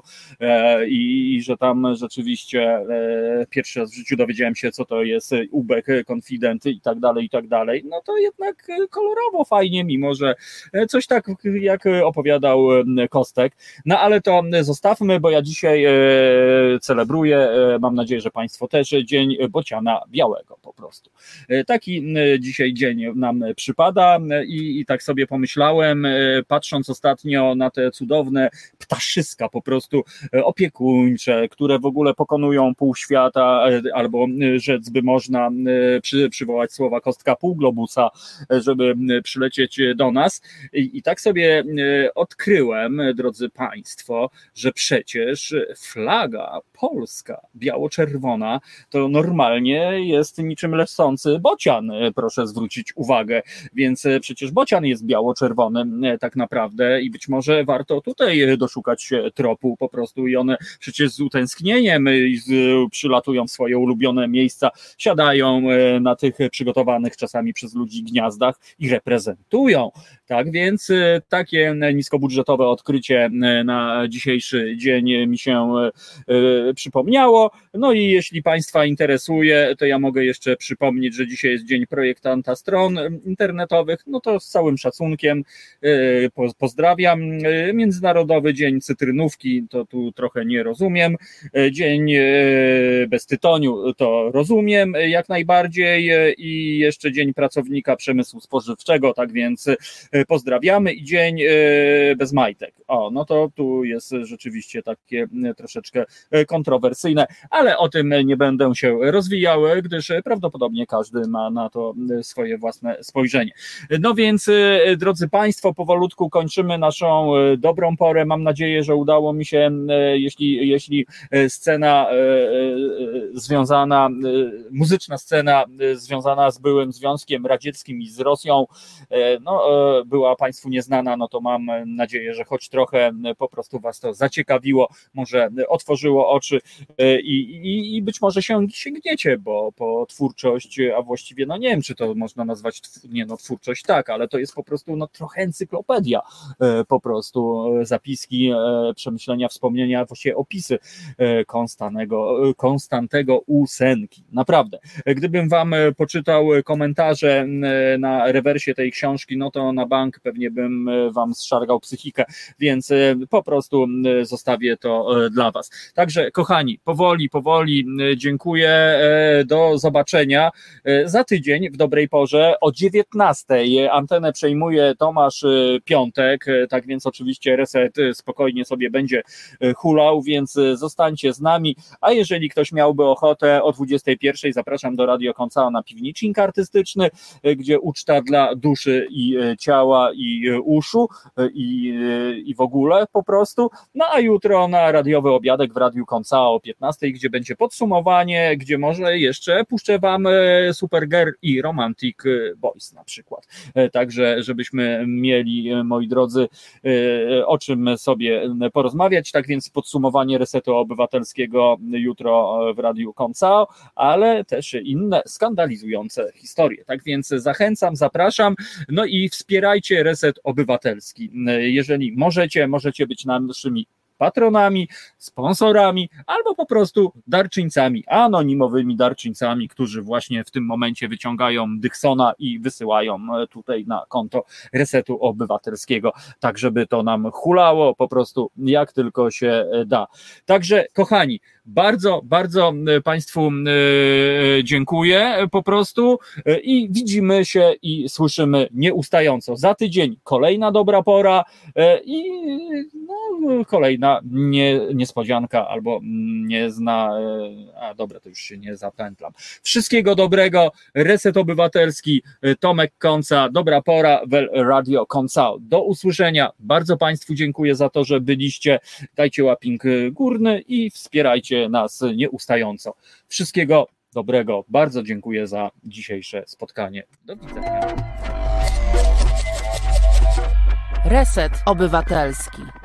i że tam rzeczywiście pierwszy raz w życiu dowiedziałem się, co to jest ubek, konfident i tak dalej, no to jednak kolorowo fajnie, mimo że coś tak jak opowiadał Kostek, no ale to zostawmy, bo ja dzisiaj celebruję, mam nadzieję, że Państwo też, Dzień Bociana Białego po prostu. Taki dzisiaj dzień nam przypada i tak sobie pomyślałem, patrząc ostatnio na te cudowne ptaszyska po prostu opiekuńcze, które w ogóle pokonują pół świata, albo rzec by można przywołać słowa Kostka, pół globusa, żeby przylecieć do nas. I tak sobie odkryłem, drodzy Państwo, że przecież flaga polska, biało-czerwona, to normalnie jest niczym lecący bocian, proszę zwrócić uwagę, więc przecież bocian jest biało-czerwony tak naprawdę i być może warto tutaj doszukać się tropu po prostu i one przecież z utęsknieniem przylatują w swoje ulubione miejsca, siadają na tych przygotowanych czasami przez ludzi gniazdach i reprezentują. Tak więc takie niskobudżetowe odkrycie na dzisiejszy dzień mi się przypomniało. No i jeśli Państwa interesuje, to ja mogę jeszcze przypomnieć, że dzisiaj jest Dzień Projektanta Stron Internetowych, no to z całym szacunkiem pozdrawiam. Międzynarodowy Dzień Cytrynówki, to tu trochę nie rozumiem. Dzień bez tytoniu, to rozumiem jak najbardziej i jeszcze Dzień Pracownika Przemysłu Spożywczego, tak więc pozdrawiamy i Dzień bez majtek. O, no to tu jest rzeczywiście takie troszeczkę kontrowersyjne, ale o tym nie będę się rozwijał, gdyż prawdopodobnie każdy ma na to swoje własne spojrzenie. No więc, drodzy Państwo, powolutku kończymy naszą dobrą porę. Mam nadzieję, że udało mi się, jeśli scena związana, muzyczna scena związana z byłym Związkiem Radzieckim i z Rosją, no, była Państwu nieznana, no to mam nadzieję, że choć trochę po prostu Was to zaciekawiło, może otworzyło oczy i być może się sięgniecie, bo po twórczość, a właściwie, no nie wiem, czy to można nazwać, twórczość tak, ale to jest po prostu trochę encyklopedia, po prostu zapiski, przemyślenia, wspomnienia, właściwie opisy Konstantego Ósenki. Naprawdę. Gdybym Wam poczytał komentarze na rewersie tej książki, no to na bank pewnie bym Wam zszargał psychikę, więc po prostu zostawię to dla Was. Także kochani, powoli dziękuję, do zobaczenia za tydzień w dobrej porze o 19:00. Antenę przejmuje Tomasz Piątek, tak więc oczywiście Reset spokojnie sobie będzie hulał, więc zostańcie z nami, a jeżeli ktoś miałby ochotę o 21:00 zapraszam do Radio Koncao na piwnicznik artystyczny, gdzie uczta dla duszy i ciała i uszu i w ogóle po prostu, no a jutro na radiowy obiadek w Radiu Koncao o 15:00, gdzie będzie podsumowanie, gdzie może jeszcze puszczę Wam Supergirl i Romantic Boys na przykład, także żebyśmy mieli, moi drodzy, o czym sobie porozmawiać, tak więc podsumowanie Resetu Obywatelskiego jutro w Radiu Koncao, ale też inne skandalizujące historie, tak więc zachęcam, zapraszam, no i wspierajcie Reset Obywatelski, jeżeli możecie być naszymi patronami, sponsorami, albo po prostu darczyńcami, anonimowymi darczyńcami, którzy właśnie w tym momencie wyciągają Dyksona i wysyłają tutaj na konto Resetu Obywatelskiego, tak żeby to nam hulało po prostu jak tylko się da. Także kochani, bardzo, bardzo Państwu dziękuję po prostu i widzimy się i słyszymy nieustająco. Za tydzień kolejna dobra pora i kolejna niespodzianka albo dobra, to już się nie zapętlam. Wszystkiego dobrego, Reset Obywatelski, Tomek Konca, dobra pora, Radio Konca. Do usłyszenia. Bardzo Państwu dziękuję za to, że byliście. Dajcie łapink górny i wspierajcie nas nieustająco. Wszystkiego dobrego. Bardzo dziękuję za dzisiejsze spotkanie. Do widzenia. Reset Obywatelski.